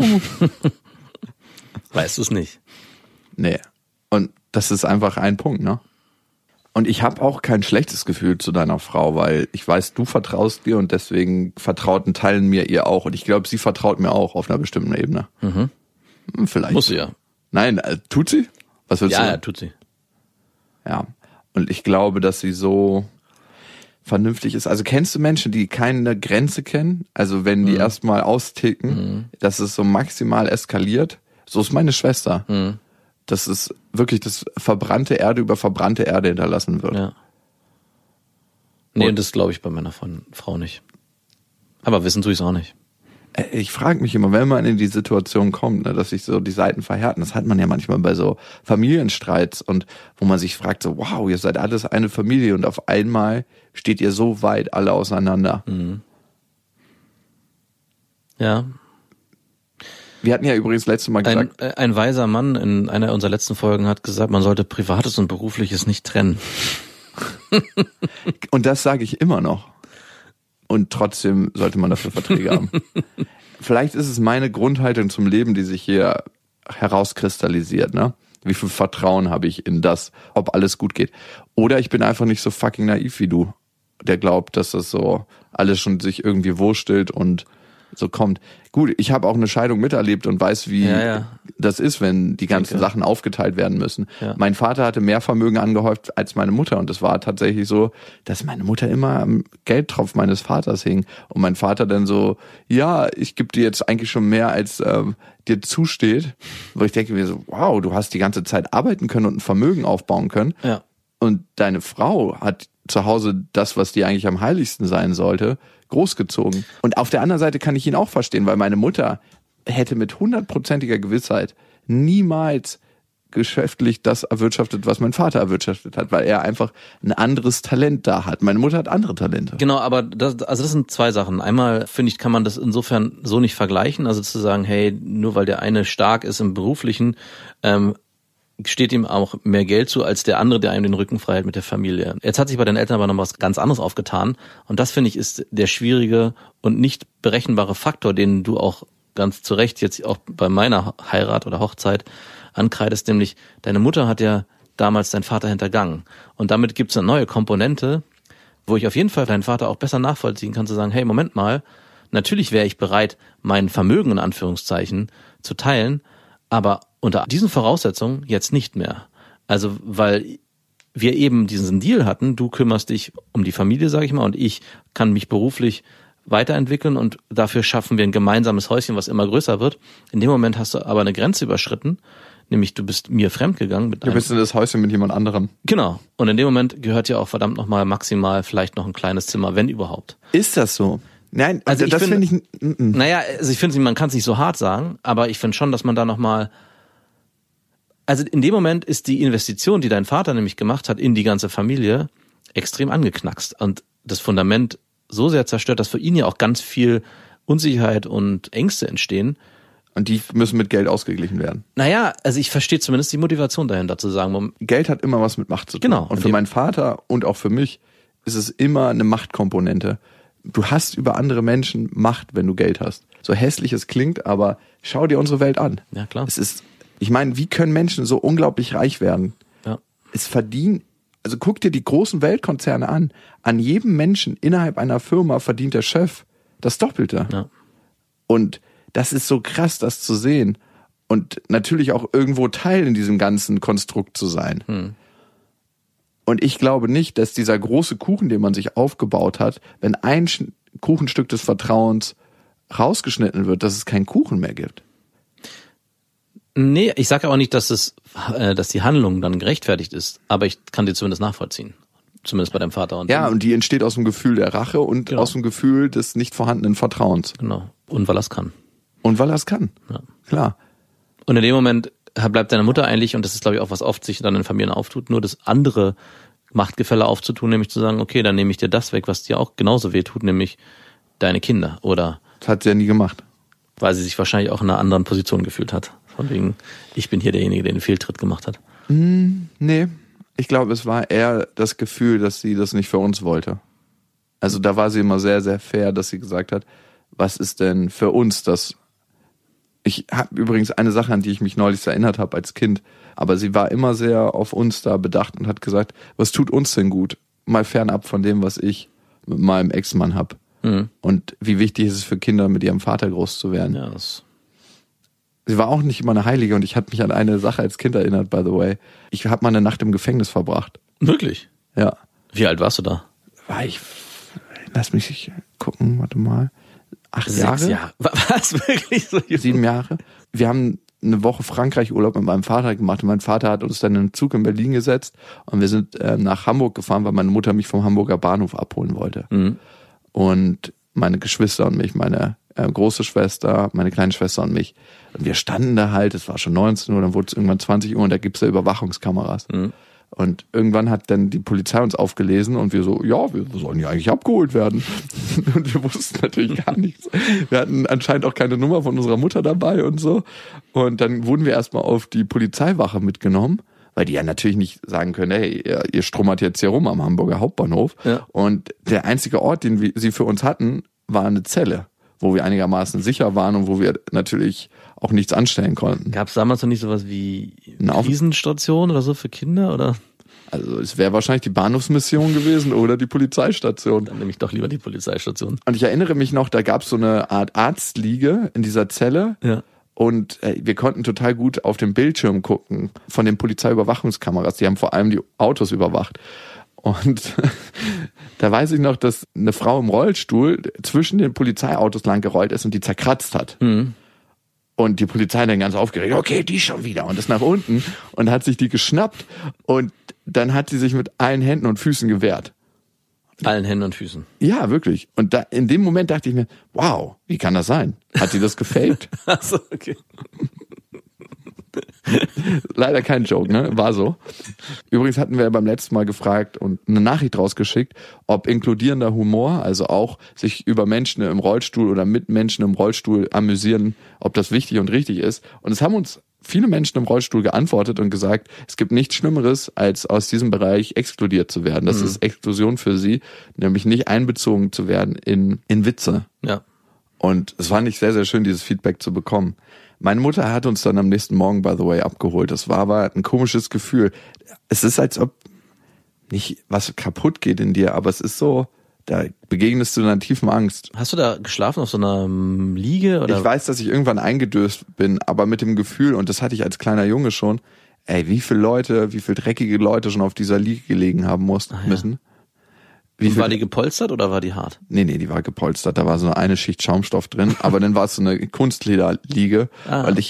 weißt du es nicht. Nee. Und das ist einfach ein Punkt, ne? Und ich habe auch kein schlechtes Gefühl zu deiner Frau, weil ich weiß, du vertraust dir und deswegen vertraut ein Teil in mir ihr auch. Und ich glaube, sie vertraut mir auch auf einer bestimmten Ebene. Vielleicht. Muss sie ja. Nein, tut sie? Was willst du sagen? Ja, tut sie. Ja. Und ich glaube, dass sie so vernünftig ist. Also kennst du Menschen, die keine Grenze kennen? Also wenn die erstmal austicken, dass es so maximal eskaliert? So ist meine Schwester. Dass es wirklich das verbrannte Erde über verbrannte Erde hinterlassen wird. Ja. Nee, und das glaube ich bei meiner Frau nicht. Aber wissen tue ich es auch nicht. Ich frage mich immer, wenn man in die Situation kommt, ne, dass sich so die Seiten verhärten, das hat man ja manchmal bei so Familienstreits und wo man sich fragt, so wow, ihr seid alles eine Familie und auf einmal steht ihr so weit alle auseinander. Ja. Wir hatten ja übrigens letztes Mal gesagt... Ein weiser Mann in einer unserer letzten Folgen hat gesagt, man sollte Privates und Berufliches nicht trennen. Und das sage ich immer noch. Und trotzdem sollte man dafür Verträge haben. Vielleicht ist es meine Grundhaltung zum Leben, die sich hier herauskristallisiert, ne? Wie viel Vertrauen habe ich in das, ob alles gut geht. Oder ich bin einfach nicht so fucking naiv wie du, der glaubt, dass das so alles schon sich irgendwie wurstelt und so kommt. Gut, ich habe auch eine Scheidung miterlebt und weiß, wie das ist, wenn die ganzen Sachen aufgeteilt werden müssen. Ja. Mein Vater hatte mehr Vermögen angehäuft als meine Mutter und es war tatsächlich so, dass meine Mutter immer am Geldtropf meines Vaters hing und mein Vater dann so, ja, ich gebe dir jetzt eigentlich schon mehr, als dir zusteht. Wo ich denke mir so, wow, du hast die ganze Zeit arbeiten können und ein Vermögen aufbauen können. Ja. Und deine Frau hat zu Hause das, was dir eigentlich am heiligsten sein sollte, großgezogen. Und auf der anderen Seite kann ich ihn auch verstehen, weil meine Mutter hätte mit 100%iger Gewissheit niemals geschäftlich das erwirtschaftet, was mein Vater erwirtschaftet hat, weil er einfach ein anderes Talent da hat. Meine Mutter hat andere Talente. Genau, aber das sind zwei Sachen. Einmal, finde ich, kann man das insofern so nicht vergleichen, also zu sagen, hey, nur weil der eine stark ist im Beruflichen, steht ihm auch mehr Geld zu, als der andere, der einem den Rücken frei hält mit der Familie. Jetzt hat sich bei den Eltern aber noch was ganz anderes aufgetan. Und das, finde ich, ist der schwierige und nicht berechenbare Faktor, den du auch ganz zu Recht jetzt auch bei meiner Heirat oder Hochzeit ankreidest, nämlich deine Mutter hat ja damals deinen Vater hintergangen. Und damit gibt es eine neue Komponente, wo ich auf jeden Fall deinen Vater auch besser nachvollziehen kann, zu sagen, hey, Moment mal, natürlich wäre ich bereit, mein Vermögen in Anführungszeichen zu teilen, aber unter diesen Voraussetzungen jetzt nicht mehr. Also, weil wir eben diesen Deal hatten, du kümmerst dich um die Familie, sage ich mal, und ich kann mich beruflich weiterentwickeln und dafür schaffen wir ein gemeinsames Häuschen, was immer größer wird. In dem Moment hast du aber eine Grenze überschritten, nämlich du bist mir fremdgegangen. Du bist in das Häuschen mit jemand anderem. Genau. Und in dem Moment gehört ja auch verdammt nochmal maximal vielleicht noch ein kleines Zimmer, wenn überhaupt. Ist das so? Nein, also das finde ich... Naja, also ich finde, man kann es nicht so hart sagen, aber ich finde schon, dass man da nochmal... Also in dem Moment ist die Investition, die dein Vater nämlich gemacht hat in die ganze Familie, extrem angeknackst und das Fundament so sehr zerstört, dass für ihn ja auch ganz viel Unsicherheit und Ängste entstehen. Und die müssen mit Geld ausgeglichen werden. Naja, also ich verstehe zumindest die Motivation dahinter zu sagen. Geld hat immer was mit Macht zu tun. Genau. Und für meinen Vater und auch für mich ist es immer eine Machtkomponente. Du hast über andere Menschen Macht, wenn du Geld hast. So hässlich es klingt, aber schau dir unsere Welt an. Ja, klar. Ich meine, wie können Menschen so unglaublich reich werden? Ja. Also guck dir die großen Weltkonzerne an. An jedem Menschen innerhalb einer Firma verdient der Chef das Doppelte. Ja. Und das ist so krass, das zu sehen. Und natürlich auch irgendwo Teil in diesem ganzen Konstrukt zu sein. Und ich glaube nicht, dass dieser große Kuchen, den man sich aufgebaut hat, wenn ein Kuchenstück des Vertrauens rausgeschnitten wird, dass es keinen Kuchen mehr gibt. Nee, ich sage auch nicht, dass die Handlung dann gerechtfertigt ist, aber ich kann die zumindest nachvollziehen. Zumindest bei deinem Vater. Und die entsteht aus dem Gefühl der Rache und aus dem Gefühl des nicht vorhandenen Vertrauens. Genau. Und weil er es kann. Und weil er es kann. Ja. Klar. Und in dem Moment bleibt deine Mutter eigentlich, und das ist glaube ich auch, was oft sich dann in Familien auftut, nur das andere Machtgefälle aufzutun, nämlich zu sagen, okay, dann nehme ich dir das weg, was dir auch genauso weh tut, nämlich deine Kinder. Oder das hat sie ja nie gemacht. Weil sie sich wahrscheinlich auch in einer anderen Position gefühlt hat. Von wegen, ich bin hier derjenige, der den Fehltritt gemacht hat. Nee, ich glaube, es war eher das Gefühl, dass sie das nicht für uns wollte. Also da war sie immer sehr, sehr fair, dass sie gesagt hat, was ist denn für uns das? Ich habe übrigens eine Sache, an die ich mich neulich erinnert habe als Kind, aber sie war immer sehr auf uns da bedacht und hat gesagt, was tut uns denn gut? Mal fernab von dem, was ich mit meinem Ex-Mann habe. Und wie wichtig ist es für Kinder, mit ihrem Vater groß zu werden. Ja, Sie war auch nicht immer eine Heilige und ich hatte mich an eine Sache als Kind erinnert, by the way. Ich habe mal eine Nacht im Gefängnis verbracht. Wirklich? Ja. Wie alt warst du da? Lass mich gucken, warte mal. 8 Jahre? 6 Jahre. Was? Wirklich so? 7 Jahre. Wir haben eine Woche Frankreich-Urlaub mit meinem Vater gemacht und mein Vater hat uns dann in einen Zug in Berlin gesetzt und wir sind nach Hamburg gefahren, weil meine Mutter mich vom Hamburger Bahnhof abholen wollte. Und meine Geschwister und mich, meine große Schwester, meine kleine Schwester und mich. Und wir standen da halt, es war schon 19 Uhr, dann wurde es irgendwann 20 Uhr und da gibt's ja Überwachungskameras. Und irgendwann hat dann die Polizei uns aufgelesen und wir so, ja, wir sollen ja eigentlich abgeholt werden. Und wir wussten natürlich gar nichts. Wir hatten anscheinend auch keine Nummer von unserer Mutter dabei und so. Und dann wurden wir erstmal auf die Polizeiwache mitgenommen, weil die ja natürlich nicht sagen können, hey, ihr strummert jetzt hier rum am Hamburger Hauptbahnhof. Ja. Und der einzige Ort, den sie für uns hatten, war eine Zelle, wo wir einigermaßen sicher waren und wo wir natürlich auch nichts anstellen konnten. Gab es damals noch nicht sowas wie Krisenstation oder so für Kinder, oder? Also es wäre wahrscheinlich die Bahnhofsmission gewesen oder die Polizeistation. Dann nehme ich doch lieber die Polizeistation. Und ich erinnere mich noch, da gab es so eine Art Arztliege in dieser Zelle. Ja. Und wir konnten total gut auf den Bildschirm gucken von den Polizeiüberwachungskameras. Die haben vor allem die Autos überwacht. Und da weiß ich noch, dass eine Frau im Rollstuhl zwischen den Polizeiautos lang gerollt ist und die zerkratzt hat. Und die Polizei dann ganz aufgeregt, okay, die schon wieder. Und ist nach unten und hat sich die geschnappt. Und dann hat sie sich mit allen Händen und Füßen gewehrt. Allen Händen und Füßen? Ja, wirklich. Und da in dem Moment dachte ich mir, wow, wie kann das sein? Hat sie das gefaked? Ach so, okay. Leider kein Joke, ne? War so. Übrigens hatten wir beim letzten Mal gefragt und eine Nachricht rausgeschickt, ob inkludierender Humor, also auch sich über Menschen im Rollstuhl oder mit Menschen im Rollstuhl amüsieren, ob das wichtig und richtig ist. Und es haben uns viele Menschen im Rollstuhl geantwortet und gesagt, es gibt nichts Schlimmeres, als aus diesem Bereich exkludiert zu werden. Das ist Exklusion für sie, nämlich nicht einbezogen zu werden in Witze. Ja. Und es war nicht sehr, sehr schön, dieses Feedback zu bekommen. Meine Mutter hat uns dann am nächsten Morgen, by the way, abgeholt. Das war aber ein komisches Gefühl. Es ist, als ob nicht was kaputt geht in dir, aber es ist so, da begegnest du einer tiefen Angst. Hast du da geschlafen auf so einer Liege? Oder? Ich weiß, dass ich irgendwann eingedöst bin, aber mit dem Gefühl, und das hatte ich als kleiner Junge schon, wie viele dreckige Leute schon auf dieser Liege gelegen haben müssen. War die gepolstert oder war die hart? Nee, die war gepolstert. Da war so eine Schicht Schaumstoff drin, aber dann war es so eine Kunstlederliege, weil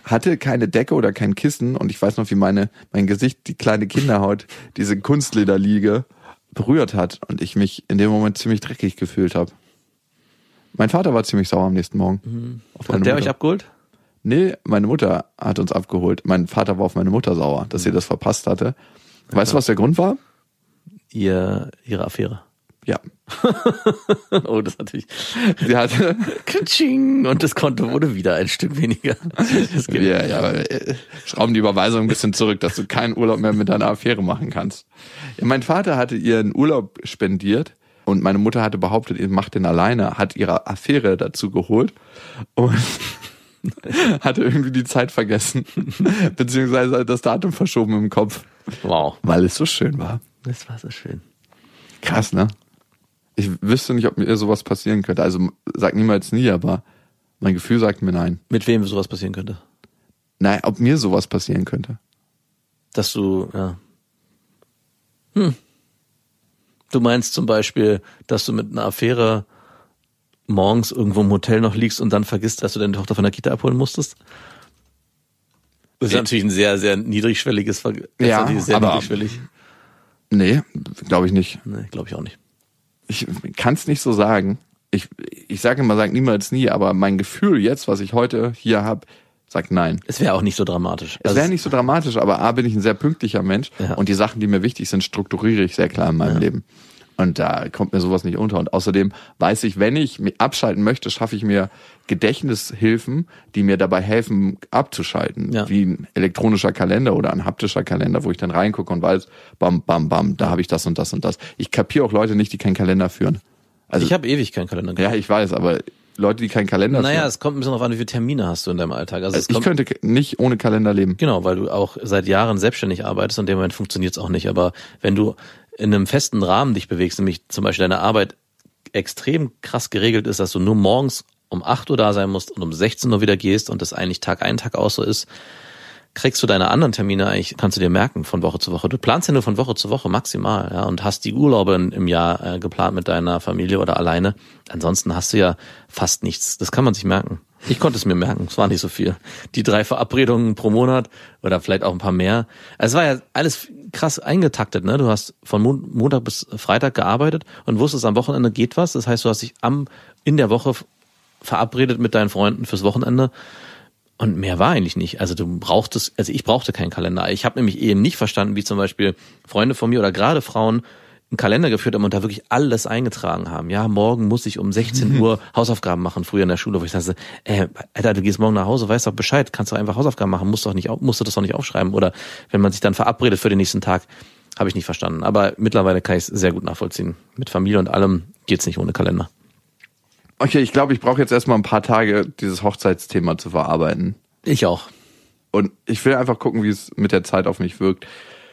hatte keine Decke oder kein Kissen und ich weiß noch, wie mein Gesicht, die kleine Kinderhaut, diese Kunstlederliege berührt hat und ich mich in dem Moment ziemlich dreckig gefühlt habe. Mein Vater war ziemlich sauer am nächsten Morgen. Hat der euch abgeholt? Nee, meine Mutter hat uns abgeholt. Mein Vater war auf meine Mutter sauer, dass sie das verpasst hatte. Weißt du, was der Grund war? Ihre Affäre. Ja. Oh, das natürlich. Sie hatte Katsching, und das Konto wurde wieder ein Stück weniger. Schrauben die Überweisung ein bisschen zurück, dass du keinen Urlaub mehr mit deiner Affäre machen kannst. Ja, mein Vater hatte ihr einen Urlaub spendiert und meine Mutter hatte behauptet, ihr macht den alleine, hat ihre Affäre dazu geholt und hatte irgendwie die Zeit vergessen, beziehungsweise das Datum verschoben im Kopf. Wow. Weil es so schön war. Das war so schön. Krass, ne? Ich wüsste nicht, ob mir sowas passieren könnte. Also sag niemals nie, aber mein Gefühl sagt mir nein. Mit wem sowas passieren könnte? Nein, ob mir sowas passieren könnte. Dass du, ja. Du meinst zum Beispiel, dass du mit einer Affäre morgens irgendwo im Hotel noch liegst und dann vergisst, dass du deine Tochter von der Kita abholen musstest? Das ist natürlich ein sehr, sehr niedrigschwelliges Ja, sehr aber niedrigschwellig. Nee, glaube ich nicht. Nee, glaube ich auch nicht. Ich kann es nicht so sagen. Ich sage immer, sag niemals nie, aber mein Gefühl jetzt, was ich heute hier habe, sagt nein. Es wäre auch nicht so dramatisch. Es wäre nicht so dramatisch, aber A, bin ich ein sehr pünktlicher Mensch und die Sachen, die mir wichtig sind, strukturiere ich sehr klar in meinem Leben. Und da kommt mir sowas nicht unter. Und außerdem weiß ich, wenn ich mich abschalten möchte, schaffe ich mir Gedächtnishilfen, die mir dabei helfen, abzuschalten. Ja. Wie ein elektronischer Kalender oder ein haptischer Kalender, wo ich dann reingucke und weiß, bam, bam, bam, da habe ich das und das und das. Ich kapiere auch Leute nicht, die keinen Kalender führen. Also, ich habe ewig keinen Kalender gehabt. Ja, ich weiß, aber Leute, die keinen Kalender führen. Naja, es kommt ein bisschen darauf an, wie viele Termine hast du in deinem Alltag. Also ich könnte nicht ohne Kalender leben. Genau, weil du auch seit Jahren selbstständig arbeitest und in dem Moment funktioniert es auch nicht. Aber wenn du in einem festen Rahmen dich bewegst, nämlich zum Beispiel deine Arbeit extrem krass geregelt ist, dass du nur morgens um 8 Uhr da sein musst und um 16 Uhr wieder gehst und das eigentlich Tag ein, Tag aus so ist, kriegst du deine anderen Termine eigentlich, kannst du dir merken, von Woche zu Woche. Du planst ja nur von Woche zu Woche maximal, ja, und hast die Urlaube im Jahr geplant mit deiner Familie oder alleine. Ansonsten hast du ja fast nichts. Das kann man sich merken. Ich konnte es mir merken, es war nicht so viel. Die 3 Verabredungen pro Monat oder vielleicht auch ein paar mehr. Es war ja alles krass eingetaktet, ne? Du hast von Montag bis Freitag gearbeitet und wusstest, am Wochenende geht was. Das heißt, du hast dich in der Woche verabredet mit deinen Freunden fürs Wochenende. Und mehr war eigentlich nicht. Also ich brauchte keinen Kalender. Ich habe nämlich eben nicht verstanden, wie zum Beispiel Freunde von mir oder gerade Frauen einen Kalender geführt haben und da wirklich alles eingetragen haben. Ja, morgen muss ich um 16 Uhr Hausaufgaben machen, früher in der Schule, wo ich dachte, Alter, du gehst morgen nach Hause, weißt doch Bescheid, kannst doch einfach Hausaufgaben machen, musst du das doch nicht aufschreiben. Oder wenn man sich dann verabredet für den nächsten Tag, habe ich nicht verstanden. Aber mittlerweile kann ich es sehr gut nachvollziehen. Mit Familie und allem geht's nicht ohne Kalender. Okay, ich glaube, ich brauche jetzt erstmal ein paar Tage, dieses Hochzeitsthema zu verarbeiten. Ich auch. Und ich will einfach gucken, wie es mit der Zeit auf mich wirkt.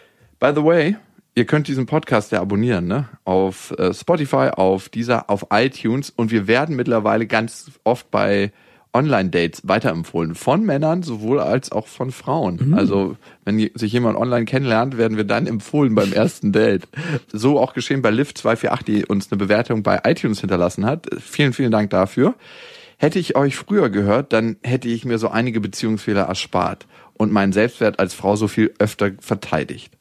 By the way, ihr könnt diesen Podcast ja abonnieren, ne? Auf Spotify, auf Deezer, auf iTunes. Und wir werden mittlerweile ganz oft bei Online-Dates weiterempfohlen. Von Männern sowohl als auch von Frauen. Mhm. Also, wenn sich jemand online kennenlernt, werden wir dann empfohlen beim ersten Date. So auch geschehen bei Liv248, die uns eine Bewertung bei iTunes hinterlassen hat. Vielen, vielen Dank dafür. Hätte ich euch früher gehört, dann hätte ich mir so einige Beziehungsfehler erspart und meinen Selbstwert als Frau so viel öfter verteidigt.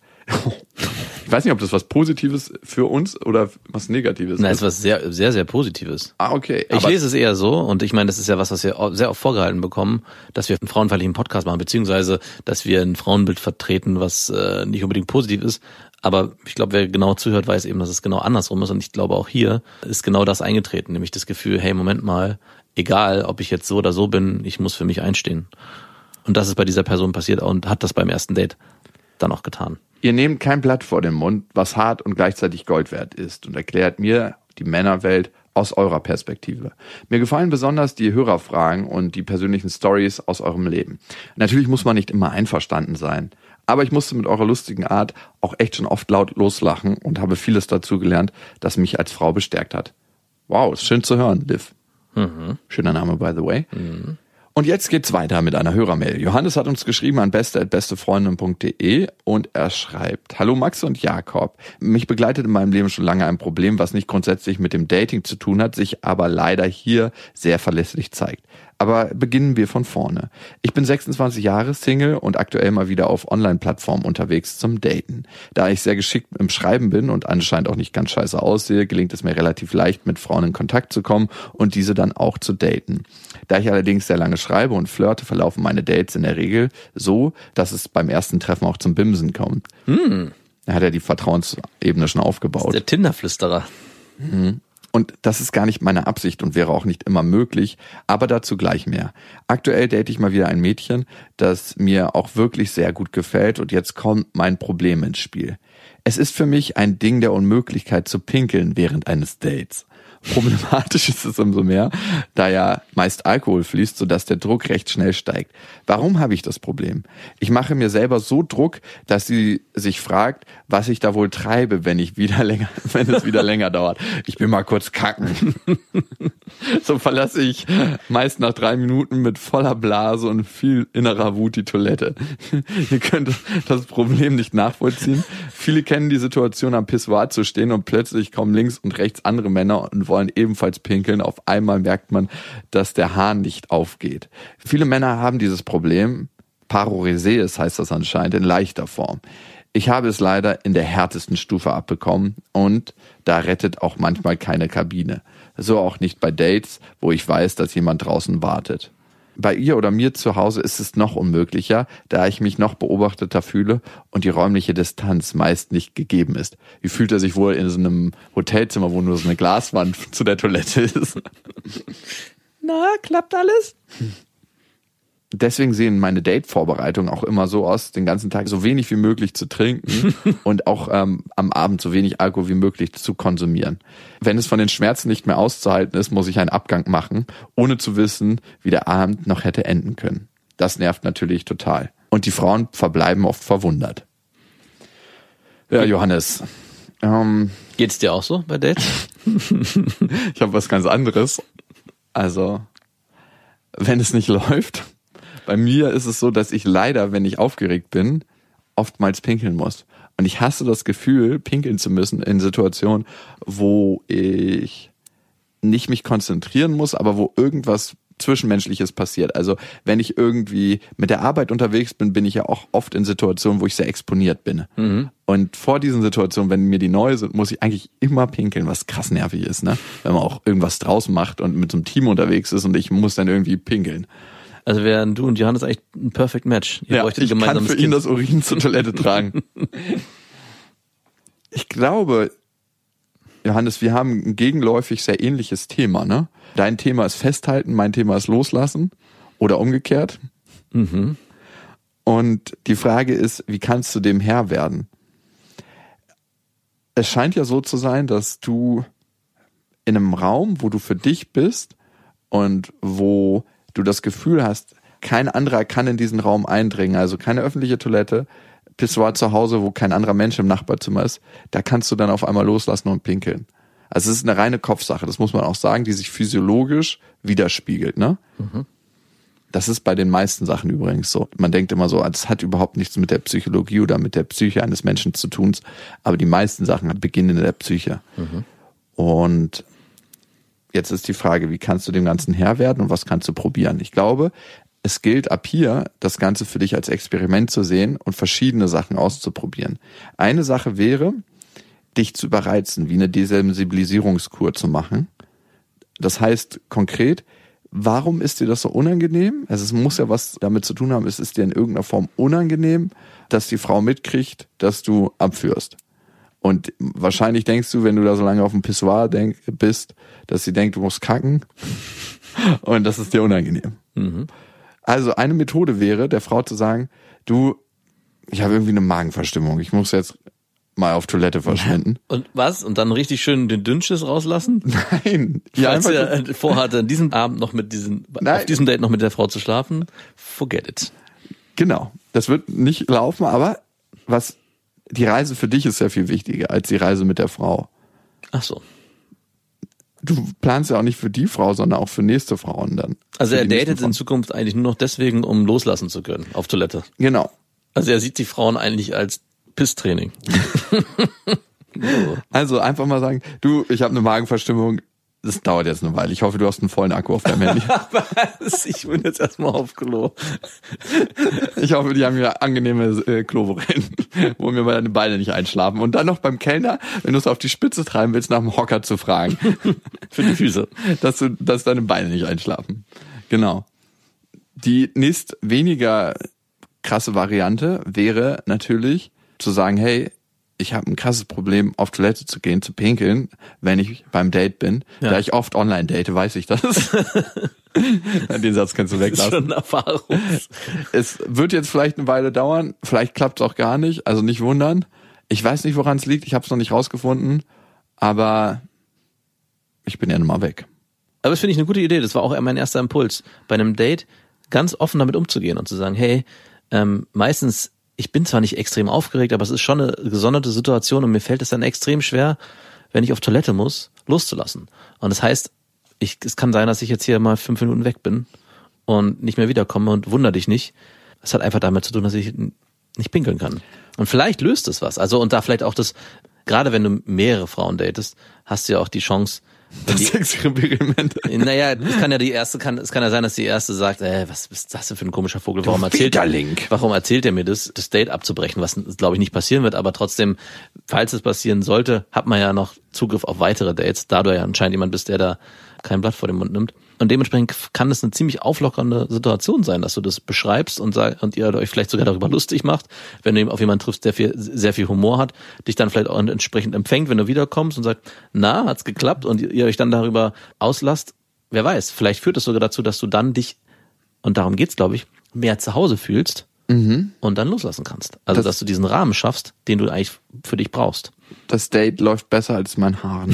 Ich weiß nicht, ob das was Positives für uns oder was Negatives ist. Es ist was sehr, sehr, sehr Positives. Ah, okay. Ich lese es eher so und ich meine, das ist ja was wir sehr oft vorgehalten bekommen, dass wir einen frauenfeindlichen Podcast machen, beziehungsweise, dass wir ein Frauenbild vertreten, was nicht unbedingt positiv ist. Aber ich glaube, wer genau zuhört, weiß eben, dass es genau andersrum ist. Und ich glaube, auch hier ist genau das eingetreten, nämlich das Gefühl, hey, Moment mal, egal, ob ich jetzt so oder so bin, ich muss für mich einstehen. Und das ist bei dieser Person passiert und hat das beim ersten Date dann auch getan. Ihr nehmt kein Blatt vor den Mund, was hart und gleichzeitig Gold wert ist und erklärt mir die Männerwelt aus eurer Perspektive. Mir gefallen besonders die Hörerfragen und die persönlichen Stories aus eurem Leben. Natürlich muss man nicht immer einverstanden sein, aber ich musste mit eurer lustigen Art auch echt schon oft laut loslachen und habe vieles dazu gelernt, das mich als Frau bestärkt hat. Wow, ist schön zu hören, Liv. Mhm. Schöner Name, by the way. Mhm. Und jetzt geht's weiter mit einer Hörermail. Johannes hat uns geschrieben an beste@bestefreundin.de und er schreibt: Hallo Max und Jakob. Mich begleitet in meinem Leben schon lange ein Problem, was nicht grundsätzlich mit dem Dating zu tun hat, sich aber leider hier sehr verlässlich zeigt. Aber beginnen wir von vorne. Ich bin 26 Jahre Single und aktuell mal wieder auf Online-Plattformen unterwegs zum Daten. Da ich sehr geschickt im Schreiben bin und anscheinend auch nicht ganz scheiße aussehe, gelingt es mir relativ leicht, mit Frauen in Kontakt zu kommen und diese dann auch zu daten. Da ich allerdings sehr lange schreibe und flirte, verlaufen meine Dates in der Regel so, dass es beim ersten Treffen auch zum Bimsen kommt. Da hat er die Vertrauensebene schon aufgebaut. Das ist der Tinderflüsterer. Und das ist gar nicht meine Absicht und wäre auch nicht immer möglich, aber dazu gleich mehr. Aktuell date ich mal wieder ein Mädchen, das mir auch wirklich sehr gut gefällt und jetzt kommt mein Problem ins Spiel. Es ist für mich ein Ding der Unmöglichkeit zu pinkeln während eines Dates. Problematisch ist es umso mehr, da ja meist Alkohol fließt, sodass der Druck recht schnell steigt. Warum habe ich das Problem? Ich mache mir selber so Druck, dass sie sich fragt, was ich da wohl treibe, wenn es wieder länger dauert. Ich bin mal kurz kacken. So verlasse ich meist nach 3 Minuten mit voller Blase und viel innerer Wut die Toilette. Ihr könnt das Problem nicht nachvollziehen. Viele kennen die Situation, am Pissoir zu stehen und plötzlich kommen links und rechts andere Männer und wollen ebenfalls pinkeln. Auf einmal merkt man, dass der Hahn nicht aufgeht. Viele Männer haben dieses Problem, Paroresees heißt das anscheinend, in leichter Form. Ich habe es leider in der härtesten Stufe abbekommen und da rettet auch manchmal keine Kabine. So auch nicht bei Dates, wo ich weiß, dass jemand draußen wartet. Bei ihr oder mir zu Hause ist es noch unmöglicher, da ich mich noch beobachteter fühle und die räumliche Distanz meist nicht gegeben ist. Wie fühlt er sich wohl in so einem Hotelzimmer, wo nur so eine Glaswand zu der Toilette ist? Na, klappt alles? Deswegen sehen meine Date-Vorbereitungen auch immer so aus, den ganzen Tag so wenig wie möglich zu trinken und auch am Abend so wenig Alkohol wie möglich zu konsumieren. Wenn es von den Schmerzen nicht mehr auszuhalten ist, muss ich einen Abgang machen, ohne zu wissen, wie der Abend noch hätte enden können. Das nervt natürlich total. Und die Frauen verbleiben oft verwundert. Ja, Johannes. Geht's dir auch so bei Dates? Ich habe was ganz anderes. Also, wenn es nicht läuft... Bei mir ist es so, dass ich leider, wenn ich aufgeregt bin, oftmals pinkeln muss. Und ich hasse das Gefühl, pinkeln zu müssen in Situationen, wo ich nicht mich konzentrieren muss, aber wo irgendwas Zwischenmenschliches passiert. Also wenn ich irgendwie mit der Arbeit unterwegs bin, bin ich ja auch oft in Situationen, wo ich sehr exponiert bin. Und vor diesen Situationen, wenn mir die neu sind, muss ich eigentlich immer pinkeln, was krass nervig ist, ne? Wenn man auch irgendwas draußen macht und mit so einem Team unterwegs ist und ich muss dann irgendwie pinkeln. Also wären du und Johannes eigentlich ein Perfect Match. Ihr bräuchtet ein gemeinsames Kind. Ich kann für ihn das Urin zur Toilette tragen. Ich glaube, Johannes, wir haben ein gegenläufig sehr ähnliches Thema, ne? Dein Thema ist Festhalten, mein Thema ist Loslassen oder umgekehrt. Und die Frage ist, wie kannst du dem Herr werden? Es scheint ja so zu sein, dass du in einem Raum, wo du für dich bist und wo du das Gefühl hast, kein anderer kann in diesen Raum eindringen, also keine öffentliche Toilette, Pissoir zu Hause, wo kein anderer Mensch im Nachbarzimmer ist, da kannst du dann auf einmal loslassen und pinkeln. Also es ist eine reine Kopfsache, das muss man auch sagen, die sich physiologisch widerspiegelt, ne? Das ist bei den meisten Sachen übrigens so. Man denkt immer so, das hat überhaupt nichts mit der Psychologie oder mit der Psyche eines Menschen zu tun, aber die meisten Sachen beginnen in der Psyche. Und jetzt ist die Frage, wie kannst du dem Ganzen Herr werden und was kannst du probieren? Ich glaube, es gilt ab hier, das Ganze für dich als Experiment zu sehen und verschiedene Sachen auszuprobieren. Eine Sache wäre, dich zu überreizen, wie eine Desensibilisierungskur zu machen. Das heißt konkret, warum ist dir das so unangenehm? Also es muss ja was damit zu tun haben, es ist dir in irgendeiner Form unangenehm, dass die Frau mitkriegt, dass du abführst. Und wahrscheinlich denkst du, wenn du da so lange auf dem Pissoir bist, dass sie denkt, du musst kacken. Und das ist dir unangenehm. Also eine Methode wäre, der Frau zu sagen, du, ich habe irgendwie eine Magenverstimmung, ich muss jetzt mal auf Toilette verschwinden. Und was? Und dann richtig schön den Dünnschiss rauslassen? Nein. Falls er vorhatte, an diesem Abend noch auf diesem Date noch mit der Frau zu schlafen, forget it. Genau. Das wird nicht laufen, aber die Reise für dich ist ja viel wichtiger als die Reise mit der Frau. Ach so. Du planst ja auch nicht für die Frau, sondern auch für nächste Frauen dann. Also er datet in Zukunft eigentlich nur noch deswegen, um loslassen zu können auf Toilette. Genau. Also er sieht die Frauen eigentlich als Pisstraining. Also einfach mal sagen, du, ich habe eine Magenverstimmung, Das dauert jetzt eine Weile. Ich hoffe, du hast einen vollen Akku auf deinem Handy. Ich bin jetzt erstmal auf Klo. Ich hoffe, die haben hier angenehme Kloforellen, wo mir mal deine Beine nicht einschlafen. Und dann noch beim Kellner, wenn du es auf die Spitze treiben willst, nach dem Hocker zu fragen. Für die Füße. Dass deine Beine nicht einschlafen. Genau. Die nächst weniger krasse Variante wäre natürlich zu sagen, hey, ich habe ein krasses Problem, auf Toilette zu gehen, zu pinkeln, wenn ich beim Date bin. Ja. Da ich oft online date, weiß ich das. Den Satz kannst du weglassen. Das ist schon eine Erfahrung. Es wird jetzt vielleicht eine Weile dauern, vielleicht klappt es auch gar nicht, also nicht wundern. Ich weiß nicht, woran es liegt, ich habe es noch nicht rausgefunden, aber ich bin ja nun mal weg. Aber das finde ich eine gute Idee, das war auch mein erster Impuls, bei einem Date ganz offen damit umzugehen und zu sagen, hey, meistens, ich bin zwar nicht extrem aufgeregt, aber es ist schon eine gesonderte Situation und mir fällt es dann extrem schwer, wenn ich auf Toilette muss, loszulassen. Und das heißt, es kann sein, dass ich jetzt hier mal 5 Minuten weg bin und nicht mehr wiederkomme und wundere dich nicht. Das hat einfach damit zu tun, dass ich nicht pinkeln kann. Und vielleicht löst es was. Also und da vielleicht auch das, gerade wenn du mehrere Frauen datest, hast du ja auch die Chance, das Experiment. Naja, es kann ja sein, dass die erste sagt, was ist das denn für ein komischer Vogel? Warum erzählt er mir das Date abzubrechen, was glaube ich nicht passieren wird, aber trotzdem, falls es passieren sollte, hat man ja noch Zugriff auf weitere Dates, da du ja anscheinend jemand bist, der da kein Blatt vor den Mund nimmt. Und dementsprechend kann es eine ziemlich auflockernde Situation sein, dass du das beschreibst und ihr euch vielleicht sogar darüber lustig macht, wenn du auf jemanden triffst, der sehr viel Humor hat, dich dann vielleicht auch entsprechend empfängt, wenn du wiederkommst und sagt, na, hat's geklappt, und ihr euch dann darüber auslasst. Wer weiß, vielleicht führt es sogar dazu, dass du dann dich, und darum geht's, glaube ich, mehr zu Hause fühlst und dann loslassen kannst. Also, dass du diesen Rahmen schaffst, den du eigentlich für dich brauchst. Das Date läuft besser als mein Haaren.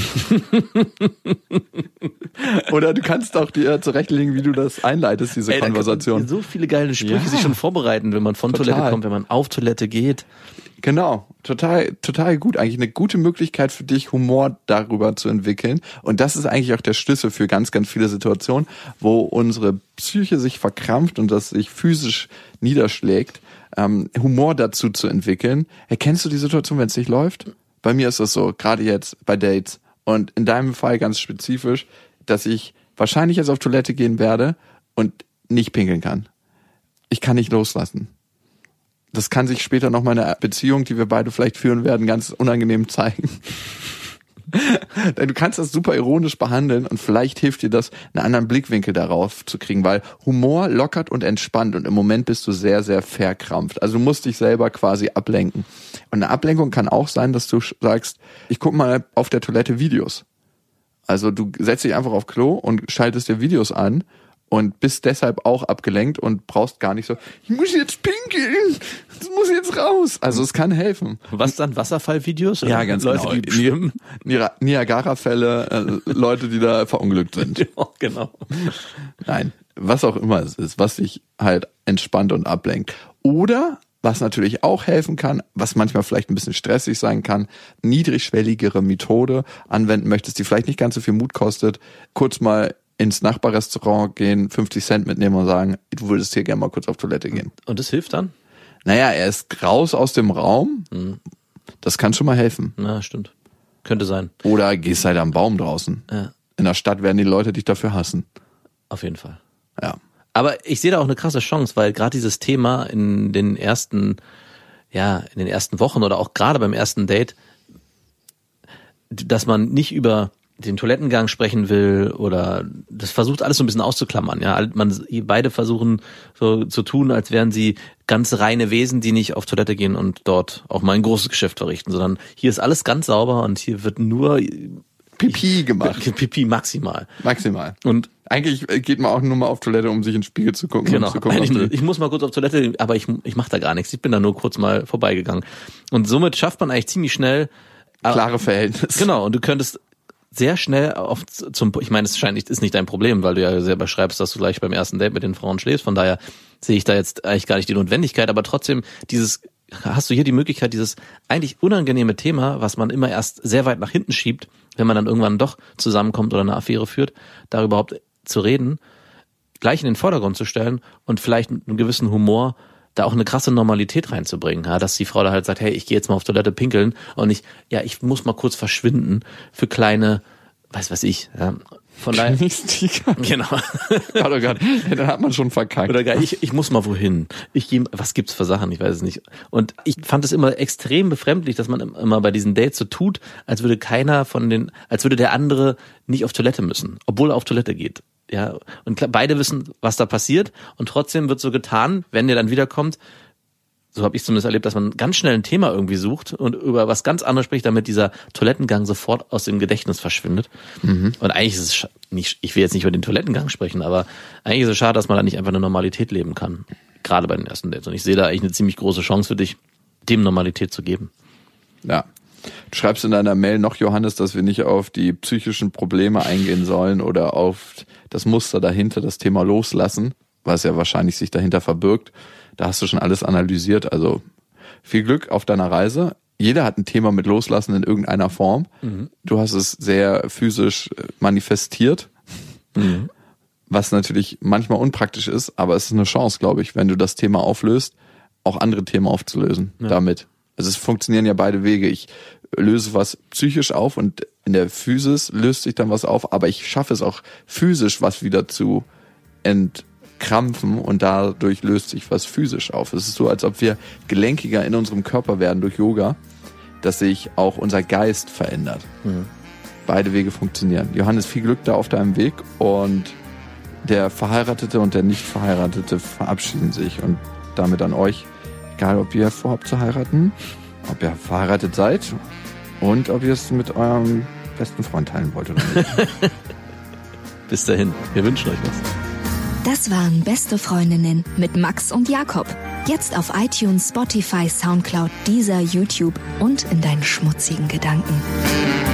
Oder du kannst auch dir zurechtlegen, wie du das einleitest, diese Konversation. Da so viele geile Sprüche sich schon vorbereiten, wenn man von Toilette kommt, wenn man auf Toilette geht. Genau, total gut. Eigentlich eine gute Möglichkeit für dich, Humor darüber zu entwickeln. Und das ist eigentlich auch der Schlüssel für ganz, ganz viele Situationen, wo unsere Psyche sich verkrampft und das sich physisch niederschlägt, Humor dazu zu entwickeln. Erkennst du die Situation, wenn es nicht läuft? Bei mir ist das so, gerade jetzt bei Dates und in deinem Fall ganz spezifisch, dass ich wahrscheinlich jetzt auf Toilette gehen werde und nicht pinkeln kann. Ich kann nicht loslassen. Das kann sich später noch mal in einer Beziehung, die wir beide vielleicht führen werden, ganz unangenehm zeigen. Denn du kannst das super ironisch behandeln und vielleicht hilft dir das, einen anderen Blickwinkel darauf zu kriegen, weil Humor lockert und entspannt und im Moment bist du sehr, sehr verkrampft. Also du musst dich selber quasi ablenken. Und eine Ablenkung kann auch sein, dass du sagst, ich gucke mal auf der Toilette Videos. Also du setzt dich einfach auf Klo und schaltest dir Videos an und bist deshalb auch abgelenkt und brauchst gar nicht so, ich muss jetzt pinkeln, das muss jetzt raus. Also es kann helfen. Was dann, Wasserfallvideos? Ja, ganz Leute, genau. Die schwimmen? Niagara-Fälle, Leute, die da verunglückt sind. Ja, genau. Nein, was auch immer es ist, was dich halt entspannt und ablenkt. Oder, was natürlich auch helfen kann, was manchmal vielleicht ein bisschen stressig sein kann, niedrigschwelligere Methode anwenden möchtest, die vielleicht nicht ganz so viel Mut kostet, kurz mal ins Nachbarrestaurant gehen, 50 Cent mitnehmen und sagen, du würdest hier gerne mal kurz auf Toilette gehen. Und das hilft dann? Naja, er ist raus aus dem Raum. Das kann schon mal helfen. Ja, stimmt. Könnte sein. Oder gehst halt am Baum draußen. Ja. In der Stadt werden die Leute dich dafür hassen. Auf jeden Fall. Ja. Aber ich sehe da auch eine krasse Chance, weil gerade dieses Thema in den ersten Wochen oder auch gerade beim ersten Date, dass man nicht über den Toilettengang sprechen will oder das versucht alles so ein bisschen auszuklammern. Ja, beide versuchen so zu tun, als wären sie ganz reine Wesen, die nicht auf Toilette gehen und dort auch mal ein großes Geschäft verrichten, sondern hier ist alles ganz sauber und hier wird nur Pipi gemacht. Pipi maximal. Maximal. Und eigentlich geht man auch nur mal auf Toilette, um sich in den Spiegel zu gucken. Genau. Und zu gucken, ich muss mal kurz auf Toilette, aber ich mache da gar nichts. Ich bin da nur kurz mal vorbeigegangen. Und somit schafft man eigentlich ziemlich schnell klare Verhältnisse. Genau. Und du könntest sehr schnell ich meine, es ist nicht dein Problem, weil du ja selber schreibst, dass du gleich beim ersten Date mit den Frauen schläfst. Von daher sehe ich da jetzt eigentlich gar nicht die Notwendigkeit, aber trotzdem hast du hier die Möglichkeit, dieses eigentlich unangenehme Thema, was man immer erst sehr weit nach hinten schiebt, wenn man dann irgendwann doch zusammenkommt oder eine Affäre führt, da überhaupt zu reden, gleich in den Vordergrund zu stellen und vielleicht mit einem gewissen Humor da auch eine krasse Normalität reinzubringen, ja, dass die Frau da halt sagt, hey, ich gehe jetzt mal auf Toilette pinkeln und ich muss mal kurz verschwinden für kleine, weiß ich, ja. Von daher. Genau. Oh Gott, ja, dann hat man schon verkackt. Oder geil, ich muss mal wohin. Was gibt's für Sachen? Ich weiß es nicht. Und ich fand es immer extrem befremdlich, dass man immer bei diesen Dates so tut, als würde der andere nicht auf Toilette müssen, obwohl er auf Toilette geht. Ja. Und klar, beide wissen, was da passiert. Und trotzdem wird so getan, wenn der dann wiederkommt. So habe ich zumindest erlebt, dass man ganz schnell ein Thema irgendwie sucht und über was ganz anderes spricht, damit dieser Toilettengang sofort aus dem Gedächtnis verschwindet. Mhm. Und eigentlich ist es nicht, ich will jetzt nicht über den Toilettengang sprechen, aber eigentlich ist es schade, dass man da nicht einfach eine Normalität leben kann. Gerade bei den ersten Dates. Und ich sehe da eigentlich eine ziemlich große Chance für dich, dem Normalität zu geben. Ja. Du schreibst in deiner Mail noch, Johannes, dass wir nicht auf die psychischen Probleme eingehen sollen oder auf das Muster dahinter, das Thema Loslassen, was ja wahrscheinlich sich dahinter verbirgt. Da hast du schon alles analysiert, also viel Glück auf deiner Reise. Jeder hat ein Thema mit Loslassen in irgendeiner Form. Mhm. Du hast es sehr physisch manifestiert, was natürlich manchmal unpraktisch ist, aber es ist eine Chance, glaube ich, wenn du das Thema auflöst, auch andere Themen aufzulösen damit. Also es funktionieren ja beide Wege. Ich löse was psychisch auf und in der Physis löst sich dann was auf, aber ich schaffe es auch physisch, was wieder zu krampfen und dadurch löst sich was physisch auf. Es ist so, als ob wir gelenkiger in unserem Körper werden durch Yoga, dass sich auch unser Geist verändert. Mhm. Beide Wege funktionieren. Johannes, viel Glück da auf deinem Weg und der Verheiratete und der Nicht-Verheiratete verabschieden sich und damit an euch, egal ob ihr vorhabt zu heiraten, ob ihr verheiratet seid und ob ihr es mit eurem besten Freund teilen wollt oder nicht. Bis dahin, wir wünschen euch was. Das waren Beste Freundinnen mit Max und Jakob. Jetzt auf iTunes, Spotify, Soundcloud, Deezer, YouTube und in deinen schmutzigen Gedanken.